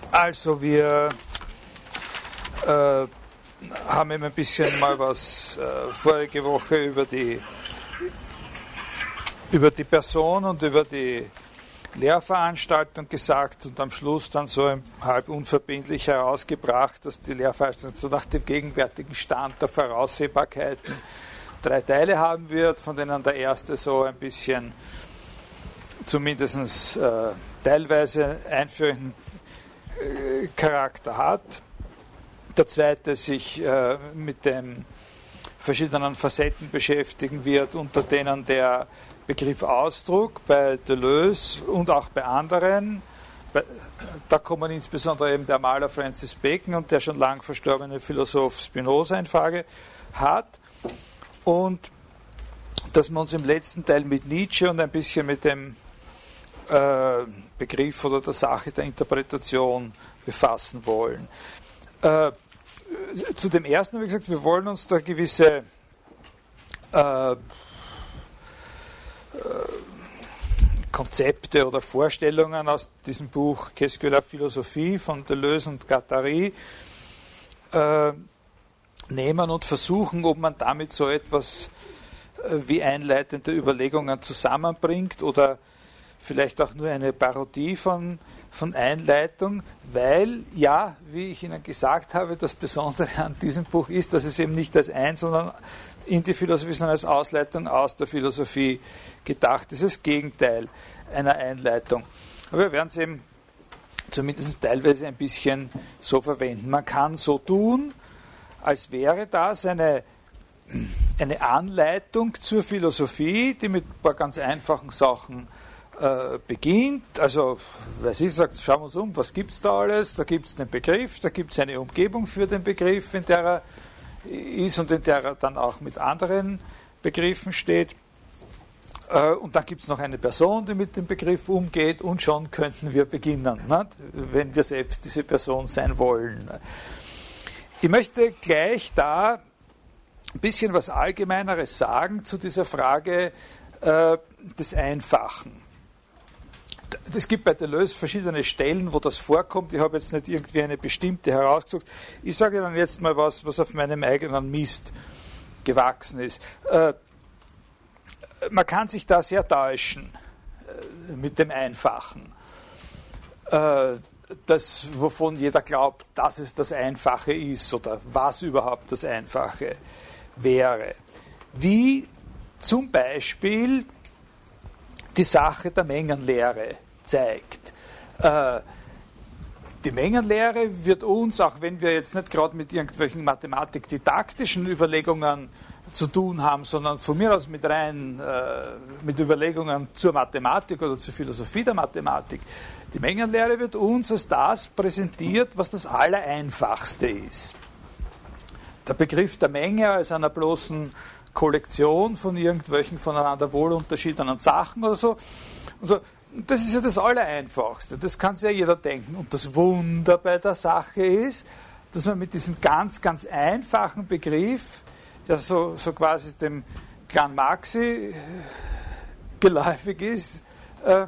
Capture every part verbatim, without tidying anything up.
Also wir äh, haben eben ein bisschen mal was äh, vorige Woche über die, über die Person und über die Lehrveranstaltung gesagt und am Schluss dann so halb unverbindlich herausgebracht, dass die Lehrveranstaltung so nach dem gegenwärtigen Stand der Voraussehbarkeiten drei Teile haben wird, von denen der erste so ein bisschen zumindest äh, teilweise einführenden äh, Charakter hat. Der zweite sich äh, mit den verschiedenen Facetten beschäftigen wird, unter denen der Begriff Ausdruck bei Deleuze und auch bei anderen, bei, da kommen insbesondere eben der Maler Francis Bacon und der schon lang verstorbene Philosoph Spinoza in Frage hat, und dass wir uns im letzten Teil mit Nietzsche und ein bisschen mit dem äh, Begriff oder der Sache der Interpretation befassen wollen. Äh, zu dem ersten, wie gesagt, wir wollen uns da gewisse äh, Konzepte oder Vorstellungen aus diesem Buch Qu'est-ce que la Philosophie von Deleuze und Guattari äh, nehmen und versuchen, ob man damit so etwas äh, wie einleitende Überlegungen zusammenbringt oder vielleicht auch nur eine Parodie von, von Einleitung, weil, ja, wie ich Ihnen gesagt habe, das Besondere an diesem Buch ist, dass es eben nicht als ein, sondern in die Philosophie, sondern als Ausleitung aus der Philosophie gedacht ist, das Gegenteil einer Einleitung. Aber wir werden es eben zumindest teilweise ein bisschen so verwenden. Man kann so tun, als wäre das eine, eine Anleitung zur Philosophie, die mit ein paar ganz einfachen Sachen äh, beginnt. Also, wer sich sagt, schauen wir uns um, was gibt es da alles? Da gibt es den Begriff, da gibt es eine Umgebung für den Begriff, in der er ist und in der er dann auch mit anderen Begriffen steht. Und dann gibt es noch eine Person, die mit dem Begriff umgeht, und schon könnten wir beginnen, nicht? Wenn wir selbst diese Person sein wollen. Ich möchte gleich da ein bisschen was Allgemeineres sagen zu dieser Frage äh, des Einfachen. Es gibt bei Deleuze verschiedene Stellen, wo das vorkommt. Ich habe jetzt nicht irgendwie eine bestimmte herausgesucht. Ich sage dann jetzt mal was, was auf meinem eigenen Mist gewachsen ist. Äh, man kann sich da sehr täuschen äh, mit dem Einfachen. Äh, das, wovon jeder glaubt, dass es das Einfache ist oder was überhaupt das Einfache wäre. Wie zum Beispiel die Sache der Mengenlehre zeigt. Äh, die Mengenlehre wird uns, auch wenn wir jetzt nicht gerade mit irgendwelchen mathematik-didaktischen Überlegungen zu tun haben, sondern von mir aus mit rein äh, mit Überlegungen zur Mathematik oder zur Philosophie der Mathematik, die Mengenlehre wird uns als das präsentiert, was das Allereinfachste ist. Der Begriff der Menge als einer bloßen Kollektion von irgendwelchen voneinander wohl unterschiedenen Sachen oder so. Also, das ist ja das Allereinfachste, das kann sich ja jeder denken. Und das Wunder bei der Sache ist, dass man mit diesem ganz, ganz einfachen Begriff, der so, so quasi dem Clan Marxi geläufig ist, äh,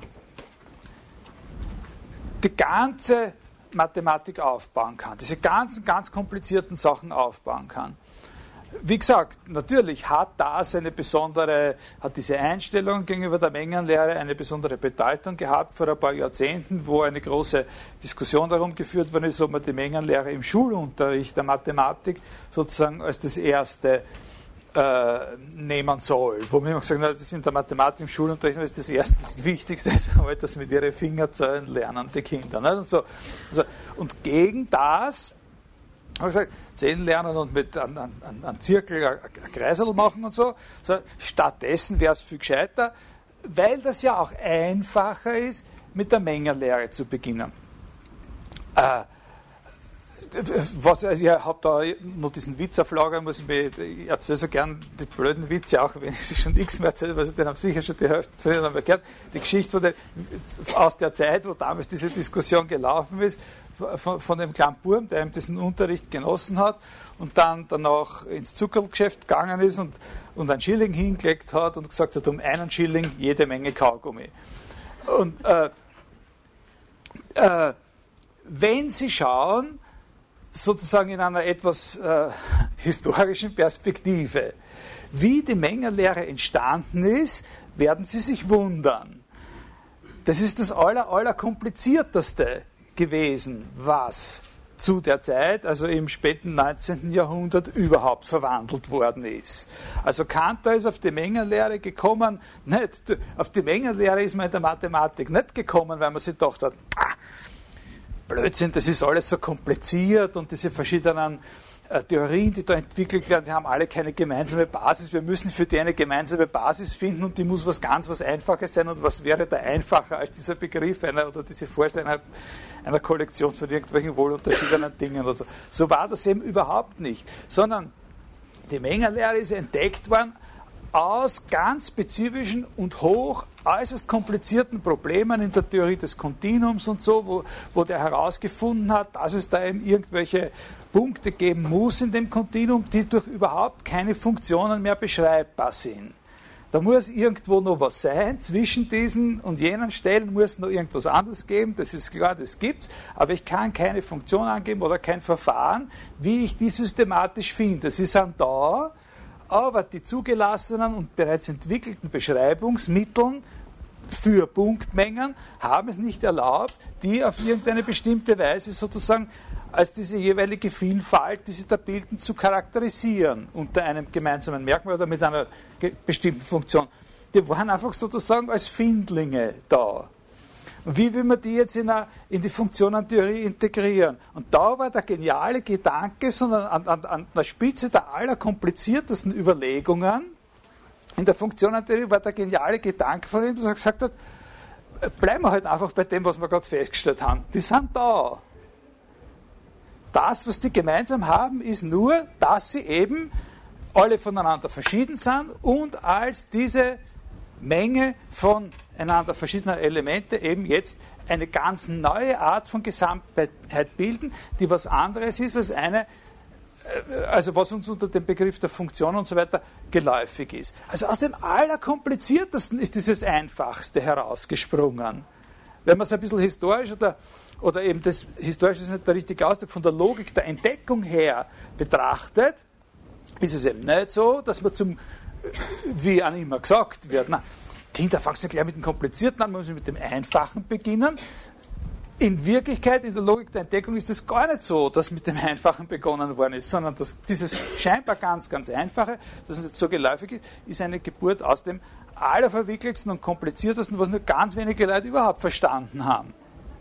die ganze Mathematik aufbauen kann, diese ganzen, ganz komplizierten Sachen aufbauen kann. Wie gesagt, natürlich hat das eine besondere, hat diese Einstellung gegenüber der Mengenlehre eine besondere Bedeutung gehabt vor ein paar Jahrzehnten, wo eine große Diskussion darum geführt worden ist, ob man die Mengenlehre im Schulunterricht der Mathematik sozusagen als das erste äh, nehmen soll. Wo man immer gesagt hat, das ist in der Mathematik im Schulunterricht ist das erste, das Wichtigste ist halt, dass mit ihren Fingerzählen lernen die Kinder. Nicht? Und, so. Also, und gegen das ich habe gesagt, Zählen lernen und mit einem Zirkel ein Kreisel machen und so. so stattdessen wäre es viel gescheiter, weil das ja auch einfacher ist, mit der Mengenlehre zu beginnen. Äh, was, also ich habe da noch diesen Witz auflagern, muss ich, mir, ich erzähle so gern die blöden Witze, auch wenn ich sie schon nichts mehr erzähle, weil ich den haben sicher schon die Hälfte von ihnen gehört. Die Geschichte von der, aus der Zeit, wo damals diese Diskussion gelaufen ist, Von, von dem kleinen Burm, der ihm diesen Unterricht genossen hat und dann danach ins Zuckerlgeschäft gegangen ist und, und einen Schilling hingelegt hat und gesagt hat, um einen Schilling jede Menge Kaugummi. Und äh, äh, wenn Sie schauen, sozusagen in einer etwas äh, historischen Perspektive, wie die Mengenlehre entstanden ist, werden Sie sich wundern. Das ist das aller, allerkomplizierteste gewesen, was zu der Zeit, also im späten neunzehnten Jahrhundert, überhaupt verwandelt worden ist. Also Cantor ist auf die Mengenlehre gekommen, nicht, auf die Mengenlehre ist man in der Mathematik nicht gekommen, weil man sich gedacht hat, ah, Blödsinn, das ist alles so kompliziert und diese verschiedenen äh, Theorien, die da entwickelt werden, die haben alle keine gemeinsame Basis. Wir müssen für die eine gemeinsame Basis finden und die muss was ganz was Einfaches sein. Und was wäre da einfacher als dieser Begriff einer, oder diese Vorstellung einer, einer Kollektion von irgendwelchen wohl unterschiedlichen Dingen oder so. So war das eben überhaupt nicht, sondern die Mengenlehre ist entdeckt worden aus ganz spezifischen und hoch äußerst komplizierten Problemen in der Theorie des Kontinuums und so, wo, wo der herausgefunden hat, dass es da eben irgendwelche Punkte geben muss in dem Kontinuum, die durch überhaupt keine Funktionen mehr beschreibbar sind. Da muss irgendwo noch was sein, zwischen diesen und jenen Stellen muss noch irgendwas anderes geben, das ist klar, das gibt's, aber ich kann keine Funktion angeben oder kein Verfahren, wie ich die systematisch finde. Sie sind da, aber die zugelassenen und bereits entwickelten Beschreibungsmittel für Punktmengen haben es nicht erlaubt, die auf irgendeine bestimmte Weise sozusagen als diese jeweilige Vielfalt, die sie da bilden, zu charakterisieren unter einem gemeinsamen Merkmal oder mit einer bestimmten Funktion. Die waren einfach sozusagen als Findlinge da. Und wie will man die jetzt in, eine, in die Funktionentheorie integrieren? Und da war der geniale Gedanke, sondern an, an, an der Spitze der allerkompliziertesten Überlegungen in der Funktionentheorie war der geniale Gedanke von ihm, dass er gesagt hat, bleiben wir halt einfach bei dem, was wir gerade festgestellt haben. Die sind da. Das, was die gemeinsam haben, ist nur, dass sie eben alle voneinander verschieden sind und als diese Menge von einander verschiedener Elemente eben jetzt eine ganz neue Art von Gesamtheit bilden, die was anderes ist als eine, also was uns unter dem Begriff der Funktion und so weiter geläufig ist. Also aus dem Allerkompliziertesten ist dieses Einfachste herausgesprungen. Wenn man es ein bisschen historisch oder, oder eben das historisch ist nicht der richtige Ausdruck, von der Logik der Entdeckung her betrachtet, ist es eben nicht so, dass man zum, wie an immer gesagt wird, na, Kinder, fangen Sie gleich mit dem Komplizierten an, man muss mit dem Einfachen beginnen. In Wirklichkeit, in der Logik der Entdeckung ist es gar nicht so, dass mit dem Einfachen begonnen worden ist, sondern dass dieses scheinbar ganz, ganz Einfache, das nicht so geläufig ist, ist eine Geburt aus dem allerverwickeltsten und kompliziertesten, was nur ganz wenige Leute überhaupt verstanden haben.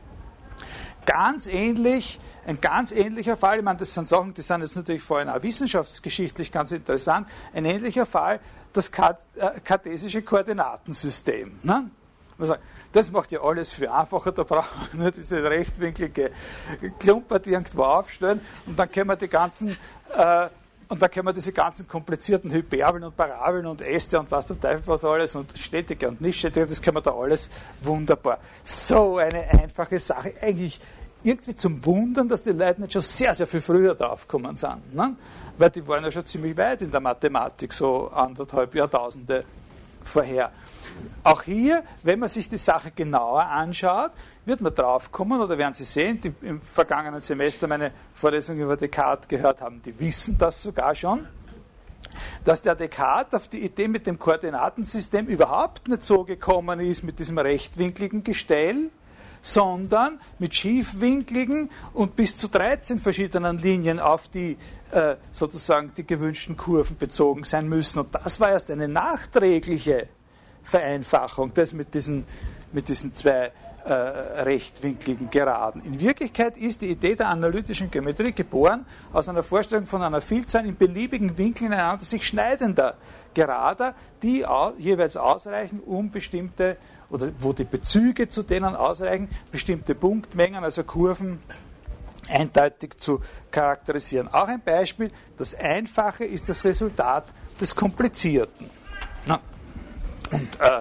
Ganz ähnlich, ein ganz ähnlicher Fall, ich meine, das sind Sachen, die sind jetzt natürlich vorhin auch wissenschaftsgeschichtlich ganz interessant, ein ähnlicher Fall, das kartesische Koordinatensystem. Ne? Man sagt, das macht ja alles viel einfacher, da brauchen wir nur diese rechtwinklige Klumper, die irgendwo aufstellen und dann können wir die ganzen, äh, und dann können wir diese ganzen komplizierten Hyperbeln und Parabeln und Äste und was der Teufel was alles und Stetige und Nichtstetige, das können wir da alles wunderbar. So eine einfache Sache, eigentlich irgendwie zum Wundern, dass die Leute nicht schon sehr, sehr viel früher draufgekommen sind. Ne? Weil die waren ja schon ziemlich weit in der Mathematik, so anderthalb Jahrtausende vorher. Auch hier, wenn man sich die Sache genauer anschaut, wird man draufkommen, oder werden Sie sehen, die im vergangenen Semester meine Vorlesung über Descartes gehört haben, die wissen das sogar schon, dass der Descartes auf die Idee mit dem Koordinatensystem überhaupt nicht so gekommen ist, mit diesem rechtwinkligen Gestell, sondern mit schiefwinkligen und bis zu dreizehn verschiedenen Linien, auf die äh, sozusagen die gewünschten Kurven bezogen sein müssen. Und das war erst eine nachträgliche Vereinfachung, das mit diesen, mit diesen zwei äh, rechtwinkligen Geraden. In Wirklichkeit ist die Idee der analytischen Geometrie geboren aus einer Vorstellung von einer Vielzahl in beliebigen Winkeln einander sich schneidender Gerader, die au- jeweils ausreichen, um bestimmte, oder wo die Bezüge zu denen ausreichen, bestimmte Punktmengen, also Kurven, eindeutig zu charakterisieren. Auch ein Beispiel, das Einfache ist das Resultat des Komplizierten. Na, und äh,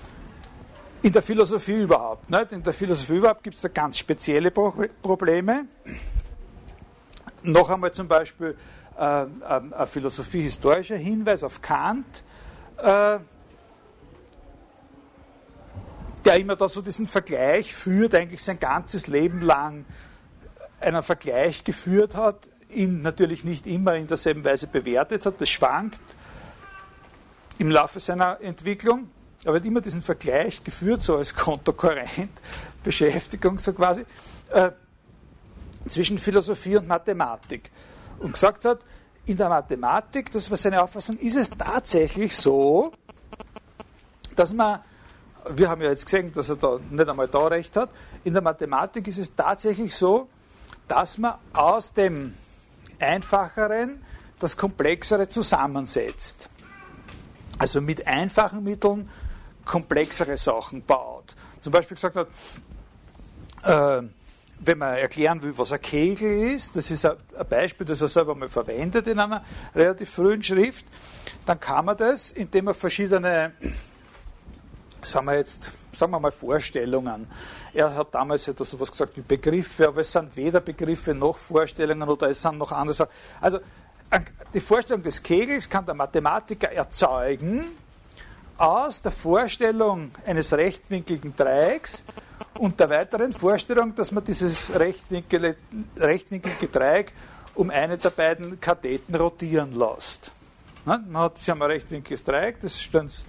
in der Philosophie überhaupt, nicht? In der Philosophie überhaupt gibt es da ganz spezielle Pro- Probleme. Noch einmal zum Beispiel äh, ein, ein philosophiehistorischer Hinweis auf Kant, äh, der immer da so diesen Vergleich führt, eigentlich sein ganzes Leben lang einen Vergleich geführt hat, ihn natürlich nicht immer in derselben Weise bewertet hat, das schwankt im Laufe seiner Entwicklung, aber er hat immer diesen Vergleich geführt, so als kontokorrent Beschäftigung so quasi, äh, zwischen Philosophie und Mathematik. Und gesagt hat, in der Mathematik, das war seine Auffassung, ist es tatsächlich so, dass man, wir haben ja jetzt gesehen, dass er da nicht einmal da recht hat, in der Mathematik ist es tatsächlich so, dass man aus dem Einfacheren das Komplexere zusammensetzt. Also mit einfachen Mitteln komplexere Sachen baut. Zum Beispiel gesagt hat, äh, wenn man erklären will, was ein Kegel ist, das ist ein Beispiel, das er selber mal verwendet in einer relativ frühen Schrift, dann kann man das, indem man verschiedene, sagen wir jetzt, sagen wir mal Vorstellungen, er hat damals etwas sowas gesagt wie Begriffe, aber es sind weder Begriffe noch Vorstellungen oder es sind noch andere Sachen. Also die Vorstellung des Kegels kann der Mathematiker erzeugen aus der Vorstellung eines rechtwinkligen Dreiecks und der weiteren Vorstellung, dass man dieses rechtwinklige, rechtwinklige Dreieck um eine der beiden Katheten rotieren lässt. Man hat, Sie haben ein rechtwinkliges Dreieck, das,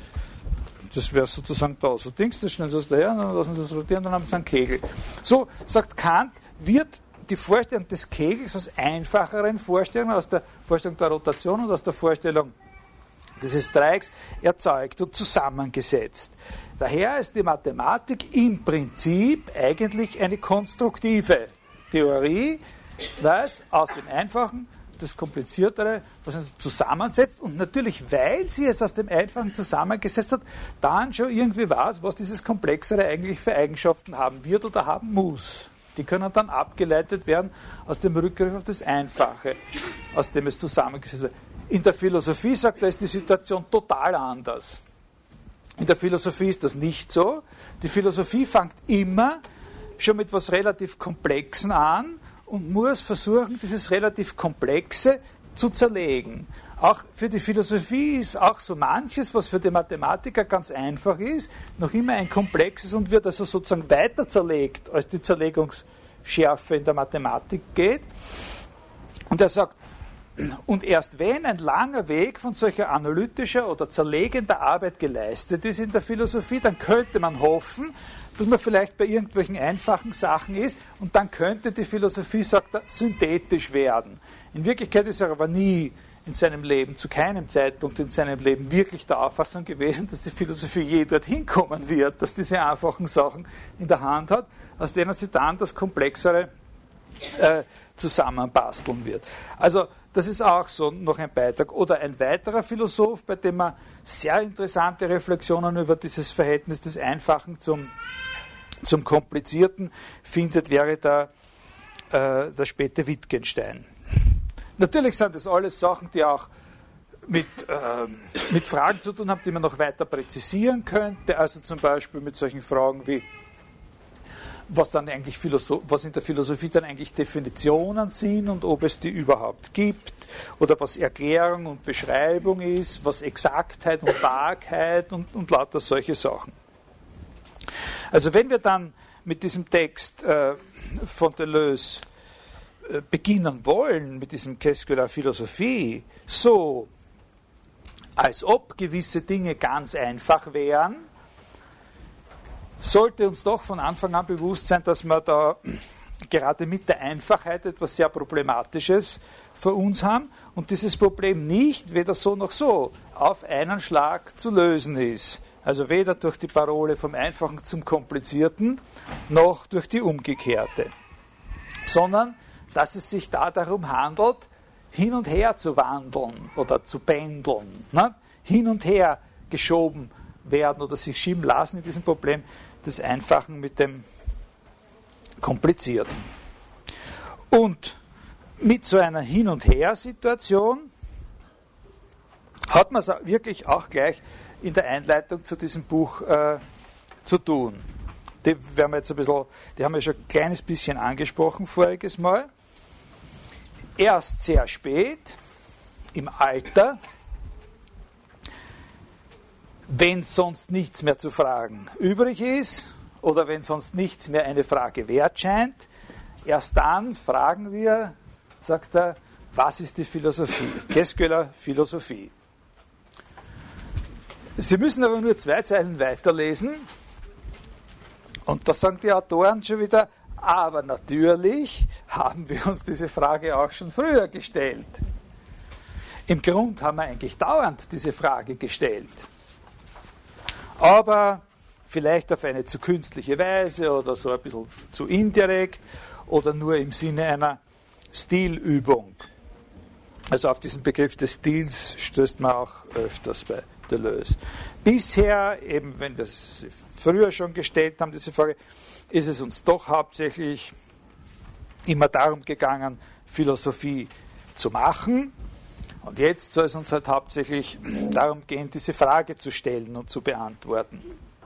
das wäre sozusagen da, so Dings, das stellen Sie es daher, dann lassen Sie es rotieren, dann haben Sie einen Kegel. So, sagt Kant, wird die Vorstellung des Kegels aus einfacheren Vorstellungen, aus der Vorstellung der Rotation und aus der Vorstellung dieses Dreiecks erzeugt und zusammengesetzt. Daher ist die Mathematik im Prinzip eigentlich eine konstruktive Theorie, weil es aus dem Einfachen das Kompliziertere was zusammensetzt und natürlich, weil sie es aus dem Einfachen zusammengesetzt hat, dann schon irgendwie weiß, was dieses Komplexere eigentlich für Eigenschaften haben wird oder haben muss. Die können dann abgeleitet werden aus dem Rückgriff auf das Einfache, aus dem es zusammengesetzt wird. In der Philosophie, sagt er, ist die Situation total anders. In der Philosophie ist das nicht so. Die Philosophie fängt immer schon mit etwas relativ Komplexen an und muss versuchen, dieses relativ Komplexe zu zerlegen. Auch für die Philosophie ist auch so manches, was für die Mathematiker ganz einfach ist, noch immer ein Komplexes und wird also sozusagen weiter zerlegt, als die Zerlegungsschärfe in der Mathematik geht. Und er sagt, und erst wenn ein langer Weg von solcher analytischer oder zerlegender Arbeit geleistet ist in der Philosophie, dann könnte man hoffen, dass man vielleicht bei irgendwelchen einfachen Sachen ist und dann könnte die Philosophie, sagt er, synthetisch werden. In Wirklichkeit ist er aber nie in seinem Leben, zu keinem Zeitpunkt in seinem Leben wirklich der Auffassung gewesen, dass die Philosophie je dorthin kommen wird, dass diese einfachen Sachen in der Hand hat, aus denen sie dann das Komplexere äh, zusammenbasteln wird. Also das ist auch so noch ein Beitrag. Oder ein weiterer Philosoph, bei dem man sehr interessante Reflexionen über dieses Verhältnis des Einfachen zum, zum Komplizierten findet, wäre der, äh, der späte Wittgenstein. Natürlich sind das alles Sachen, die auch mit, äh, mit Fragen zu tun haben, die man noch weiter präzisieren könnte. Also zum Beispiel mit solchen Fragen wie, was dann eigentlich Philosoph- was in der Philosophie dann eigentlich Definitionen sind und ob es die überhaupt gibt oder was Erklärung und Beschreibung ist, was Exaktheit und Wahrheit und, und lauter solche Sachen. Also wenn wir dann mit diesem Text äh, von Deleuze äh, beginnen wollen, mit diesem Qu'est-ce que la philosophie, so als ob gewisse Dinge ganz einfach wären, sollte uns doch von Anfang an bewusst sein, dass wir da gerade mit der Einfachheit etwas sehr Problematisches vor uns haben und dieses Problem nicht, weder so noch so, auf einen Schlag zu lösen ist. Also weder durch die Parole vom Einfachen zum Komplizierten, noch durch die umgekehrte. Sondern, dass es sich da darum handelt, hin und her zu wandeln oder zu pendeln, ne? Hin und her geschoben werden oder sich schieben lassen in diesem Problem des Einfachen mit dem Komplizierten. Und mit so einer Hin- und Her-Situation hat man es wirklich auch gleich in der Einleitung zu diesem Buch äh, zu tun. Die, werden wir jetzt ein bisschen, die haben wir schon ein kleines bisschen angesprochen voriges Mal. Erst sehr spät, im Alter, wenn sonst nichts mehr zu fragen übrig ist oder wenn sonst nichts mehr eine Frage wert scheint, erst dann fragen wir, sagt er, was ist die Philosophie? Qu'est-ce que la philosophie? Sie müssen aber nur zwei Zeilen weiterlesen und da sagen die Autoren schon wieder, aber natürlich haben wir uns diese Frage auch schon früher gestellt. Im Grund haben wir eigentlich dauernd diese Frage gestellt. Aber vielleicht auf eine zu künstliche Weise oder so ein bisschen zu indirekt oder nur im Sinne einer Stilübung. Also auf diesen Begriff des Stils stößt man auch öfters bei Deleuze. Bisher, eben wenn wir es früher schon gestellt haben, diese Frage, ist es uns doch hauptsächlich immer darum gegangen, Philosophie zu machen. Und jetzt soll es uns halt hauptsächlich darum gehen, diese Frage zu stellen und zu beantworten.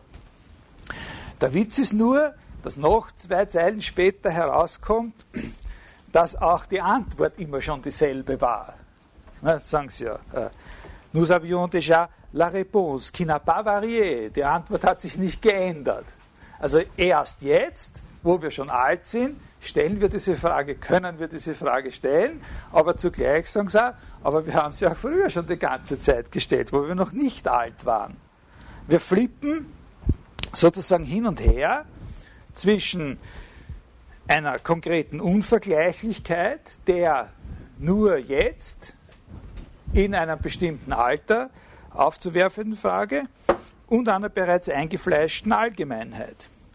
Der Witz ist nur, dass noch zwei Zeilen später herauskommt, dass auch die Antwort immer schon dieselbe war. Na, das sagen sie ja. Nous avions déjà la réponse qui n'a pas varié. Die Antwort hat sich nicht geändert. Also erst jetzt, wo wir schon alt sind, stellen wir diese Frage, können wir diese Frage stellen, aber zugleich sagen sie auch, aber wir haben sie auch früher schon die ganze Zeit gestellt, wo wir noch nicht alt waren. Wir flippen sozusagen hin und her zwischen einer konkreten Unvergleichlichkeit, der nur jetzt in einem bestimmten Alter aufzuwerfenden Frage und einer bereits eingefleischten Allgemeinheit.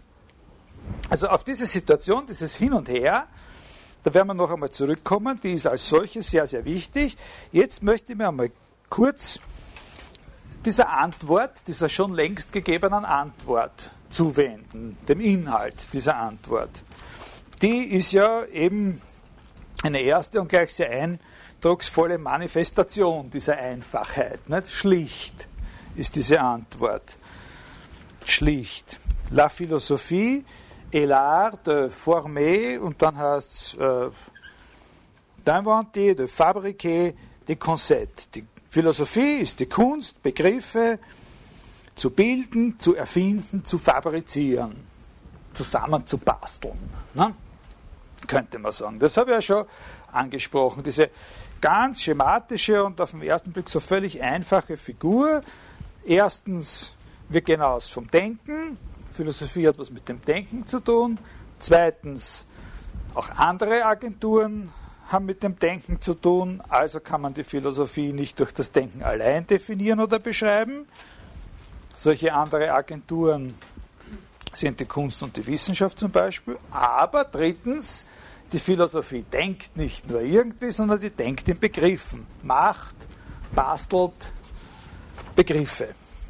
Also auf diese Situation, dieses Hin und Her, da werden wir noch einmal zurückkommen, die ist als solche sehr, sehr wichtig. Jetzt möchte ich mir einmal kurz dieser Antwort, dieser schon längst gegebenen Antwort zuwenden, dem Inhalt dieser Antwort. Die ist ja eben eine erste und gleich sehr eindrucksvolle Manifestation dieser Einfachheit. Nicht? Schlicht ist diese Antwort. Schlicht. La philosophie est l'art de former, und dann heißt es äh, d'inventer, de fabriquer des concepts. Die Philosophie ist die Kunst, Begriffe zu bilden, zu erfinden, zu fabrizieren, zusammenzubasteln. Ne? Könnte man sagen. Das habe ich ja schon angesprochen. Diese ganz schematische und auf den ersten Blick so völlig einfache Figur. Erstens, wir gehen aus vom Denken. Philosophie hat was mit dem Denken zu tun. Zweitens, auch andere Agenturen haben mit dem Denken zu tun. Also kann man die Philosophie nicht durch das Denken allein definieren oder beschreiben. Solche andere Agenturen sind die Kunst und die Wissenschaft zum Beispiel. Aber drittens, die Philosophie denkt nicht nur irgendwie, sondern die denkt in Begriffen. Macht, bastelt Begriffe.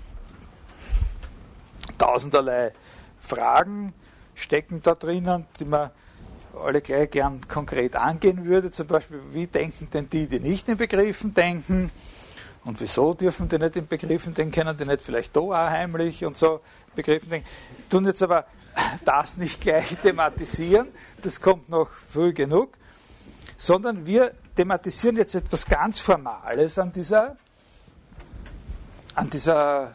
Tausenderlei Fragen stecken da drinnen, die man alle gleich gern konkret angehen würde. Zum Beispiel, wie denken denn die, die nicht in Begriffen denken? Und wieso dürfen die nicht in Begriffen denken? Können die nicht vielleicht da auch heimlich und so Begriffen denken? Tun jetzt aber das nicht gleich thematisieren, das kommt noch früh genug, sondern wir thematisieren jetzt etwas ganz Formales an dieser, an dieser,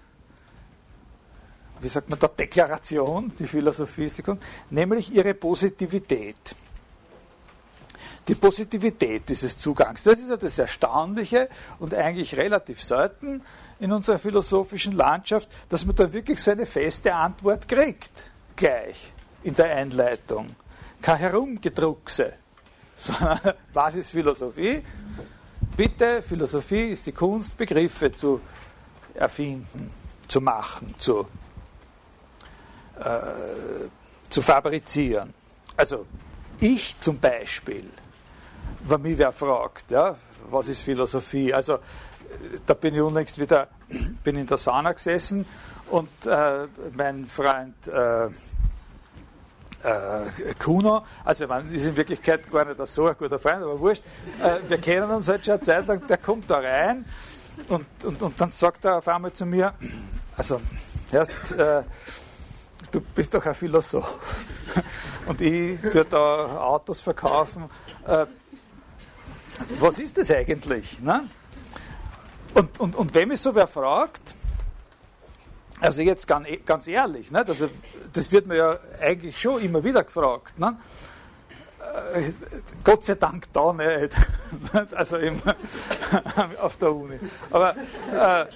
wie sagt man da, Deklaration, die Philosophie ist die Kunst, nämlich ihre Positivität. Die Positivität dieses Zugangs, das ist ja das Erstaunliche und eigentlich relativ selten in unserer philosophischen Landschaft, dass man da wirklich so eine feste Antwort kriegt, gleich in der Einleitung. Kein Herumgedruckse, sondern was ist Philosophie? Bitte, Philosophie ist die Kunst, Begriffe zu erfinden, zu machen, zu, äh, zu fabrizieren. Also ich zum Beispiel, wenn mich wer fragt, ja, was ist Philosophie? Also da bin ich unlängst wieder bin in der Sauna gesessen und äh, mein Freund äh, äh, Kuno, also man ist in Wirklichkeit gar nicht so ein guter Freund, aber wurscht, äh, wir kennen uns halt schon eine Zeit lang, der kommt da rein und, und, und dann sagt er auf einmal zu mir, also erst, äh, du bist doch ein Philosoph und ich tue da Autos verkaufen, äh, was ist das eigentlich? Ne? Und, und, und wenn mich so wer fragt, also jetzt ganz, ganz ehrlich, ne? also das wird mir ja eigentlich schon immer wieder gefragt, ne? äh, Gott sei Dank da nicht. Also im, auf der Uni. Aber, äh,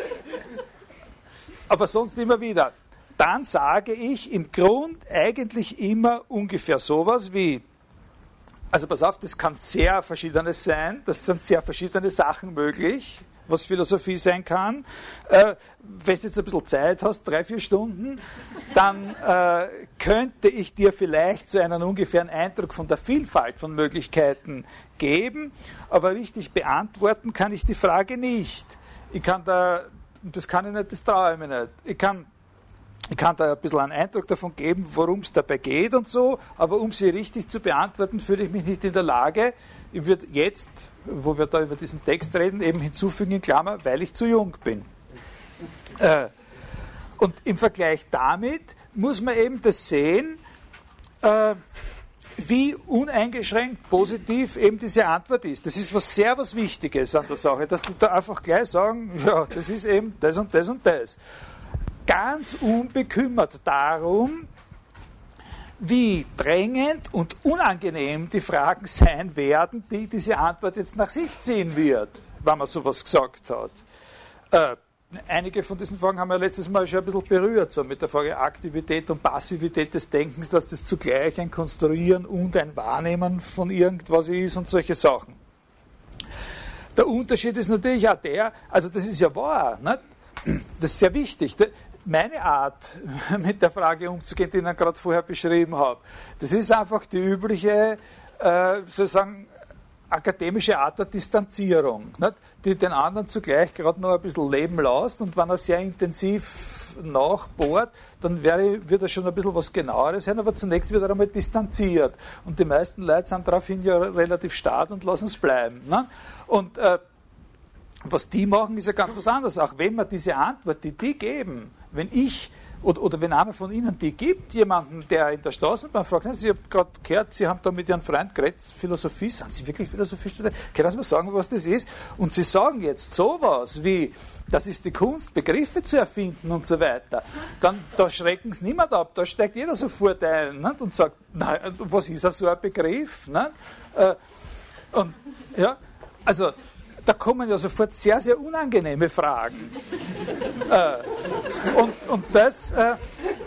aber sonst immer wieder. Dann sage ich im Grund eigentlich immer ungefähr sowas wie, also pass auf, das kann sehr Verschiedenes sein, das sind sehr verschiedene Sachen möglich, was Philosophie sein kann. Äh, wenn du jetzt ein bisschen Zeit hast, drei, vier Stunden, dann äh, könnte ich dir vielleicht so einen ungefähren Eindruck von der Vielfalt von Möglichkeiten geben, aber richtig beantworten kann ich die Frage nicht. Ich kann da, das kann ich nicht, das traue ich mir nicht. Ich kann Ich kann da ein bisschen einen Eindruck davon geben, worum es dabei geht und so, aber um sie richtig zu beantworten, fühle ich mich nicht in der Lage. Ich würde jetzt, wo wir da über diesen Text reden, eben hinzufügen in Klammer, weil ich zu jung bin. Äh, und im Vergleich damit muss man eben das sehen, äh, wie uneingeschränkt positiv eben diese Antwort ist. Das ist was sehr was Wichtiges an der Sache, dass die da einfach gleich sagen, ja, das ist eben das und das und das. Ganz unbekümmert darum, wie drängend und unangenehm die Fragen sein werden, die diese Antwort jetzt nach sich ziehen wird, wenn man sowas gesagt hat. Äh, einige von diesen Fragen haben wir letztes Mal schon ein bisschen berührt, so mit der Frage Aktivität und Passivität des Denkens, dass das zugleich ein Konstruieren und ein Wahrnehmen von irgendwas ist und solche Sachen. Der Unterschied ist natürlich auch der, also das ist ja wahr, nicht? Das ist sehr wichtig. Meine Art, mit der Frage umzugehen, die ich Ihnen gerade vorher beschrieben habe, das ist einfach die übliche, äh, sozusagen, akademische Art der Distanzierung, nicht? Die den anderen zugleich gerade noch ein bisschen leben lässt, und wenn er sehr intensiv nachbohrt, dann wäre, wird er schon ein bisschen was Genaueres hören, aber zunächst wird er einmal distanziert. Und die meisten Leute sind daraufhin ja relativ stark und lassen es bleiben. Ne? Und äh, was die machen, ist ja ganz was anderes. Auch wenn man diese Antwort, die die geben, wenn ich oder, oder wenn einer von Ihnen die gibt, jemanden, der in der Straßenbahn fragt, ich habe gerade gehört, Sie haben da mit Ihrem Freund geredet, Philosophie, sind Sie wirklich Philosophiestudent? Können Sie mir sagen, was das ist? Und Sie sagen jetzt sowas wie, das ist die Kunst, Begriffe zu erfinden und so weiter, dann da schrecken Sie niemand ab, da steigt jeder sofort ein, nicht? Und sagt, nein, was ist das so ein Begriff? Nicht? Und ja, also da kommen ja sofort sehr, sehr unangenehme Fragen. äh, und, und, das, äh,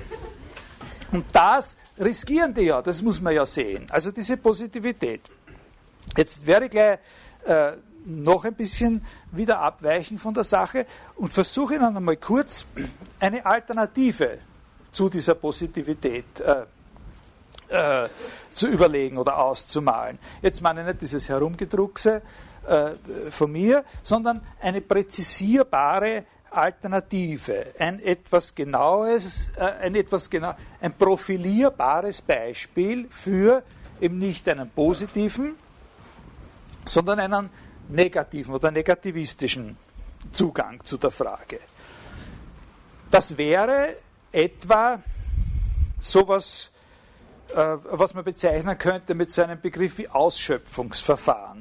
und das riskieren die ja, das muss man ja sehen. Also diese Positivität. Jetzt werde ich gleich äh, noch ein bisschen wieder abweichen von der Sache und versuche Ihnen einmal kurz eine Alternative zu dieser Positivität äh, äh, zu überlegen oder auszumalen. Jetzt meine ich nicht dieses Herumgedruckse von mir, sondern eine präzisierbare Alternative, ein etwas genaues, ein etwas genau, ein profilierbares Beispiel für eben nicht einen positiven, sondern einen negativen oder negativistischen Zugang zu der Frage. Das wäre etwa sowas, was man bezeichnen könnte mit so einem Begriff wie Ausschöpfungsverfahren.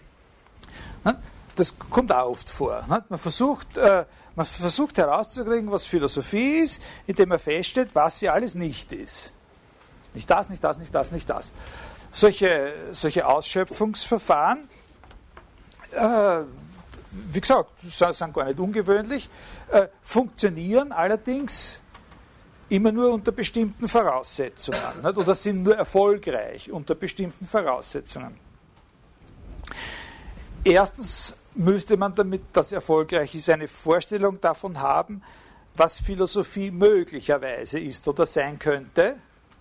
Das kommt auch oft vor. Man versucht, man versucht herauszukriegen, was Philosophie ist, indem man feststellt, was sie alles nicht ist. Nicht das, nicht das, nicht das, nicht das. Solche, solche Ausschöpfungsverfahren, äh, wie gesagt, sind gar nicht ungewöhnlich, äh, funktionieren allerdings immer nur unter bestimmten Voraussetzungen, nicht? Oder sind nur erfolgreich unter bestimmten Voraussetzungen. Erstens müsste man, damit das erfolgreich ist, eine Vorstellung davon haben, was Philosophie möglicherweise ist oder sein könnte,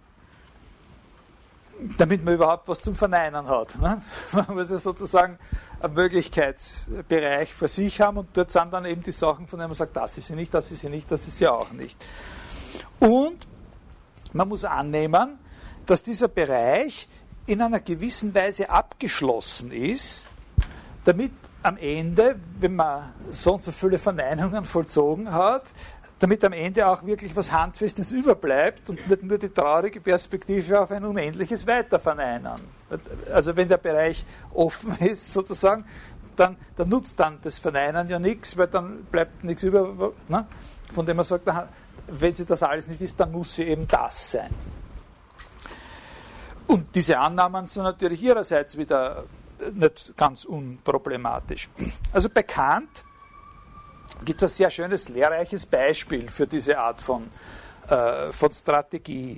damit man überhaupt was zum Verneinen hat. Ne? Man muss ja sozusagen einen Möglichkeitsbereich für sich haben, und dort sind dann eben die Sachen, von denen man sagt, das ist sie nicht, das ist sie nicht, das ist sie auch nicht. Und man muss annehmen, dass dieser Bereich in einer gewissen Weise abgeschlossen ist, damit am Ende, wenn man so und so viele Verneinungen vollzogen hat, damit am Ende auch wirklich was Handfestes überbleibt und nicht nur die traurige Perspektive auf ein unendliches Weiterverneinen. Also wenn der Bereich offen ist, sozusagen, dann, dann nutzt dann das Verneinen ja nichts, weil dann bleibt nichts über, ne? Von dem man sagt, wenn sie das alles nicht ist, dann muss sie eben das sein. Und diese Annahmen sind natürlich ihrerseits wieder nicht ganz unproblematisch. Also bei Kant gibt es ein sehr schönes, lehrreiches Beispiel für diese Art von, äh, von Strategie.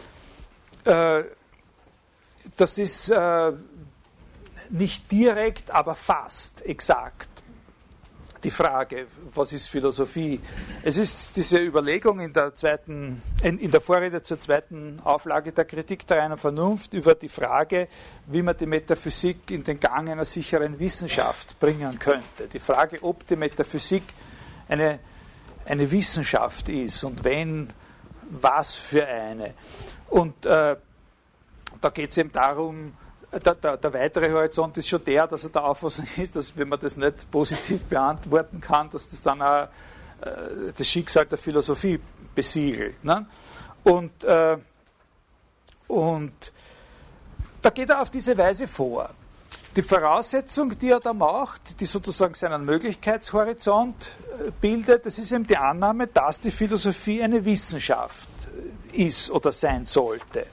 Äh, das ist äh, nicht direkt, aber fast exakt die Frage, was ist Philosophie? Es ist diese Überlegung in der, zweiten, in, in der Vorrede zur zweiten Auflage der Kritik der reinen Vernunft über die Frage, wie man die Metaphysik in den Gang einer sicheren Wissenschaft bringen könnte. Die Frage, ob die Metaphysik eine, eine Wissenschaft ist und wenn, was für eine. Und äh, da geht es eben darum, Der, der, der weitere Horizont ist schon der, dass er der Auffassung ist, dass wenn man das nicht positiv beantworten kann, dass das dann auch äh, das Schicksal der Philosophie besiegelt. Ne? Und, äh, und da geht er auf diese Weise vor. Die Voraussetzung, die er da macht, die sozusagen seinen Möglichkeitshorizont äh, bildet, das ist eben die Annahme, dass die Philosophie eine Wissenschaft ist oder sein sollte.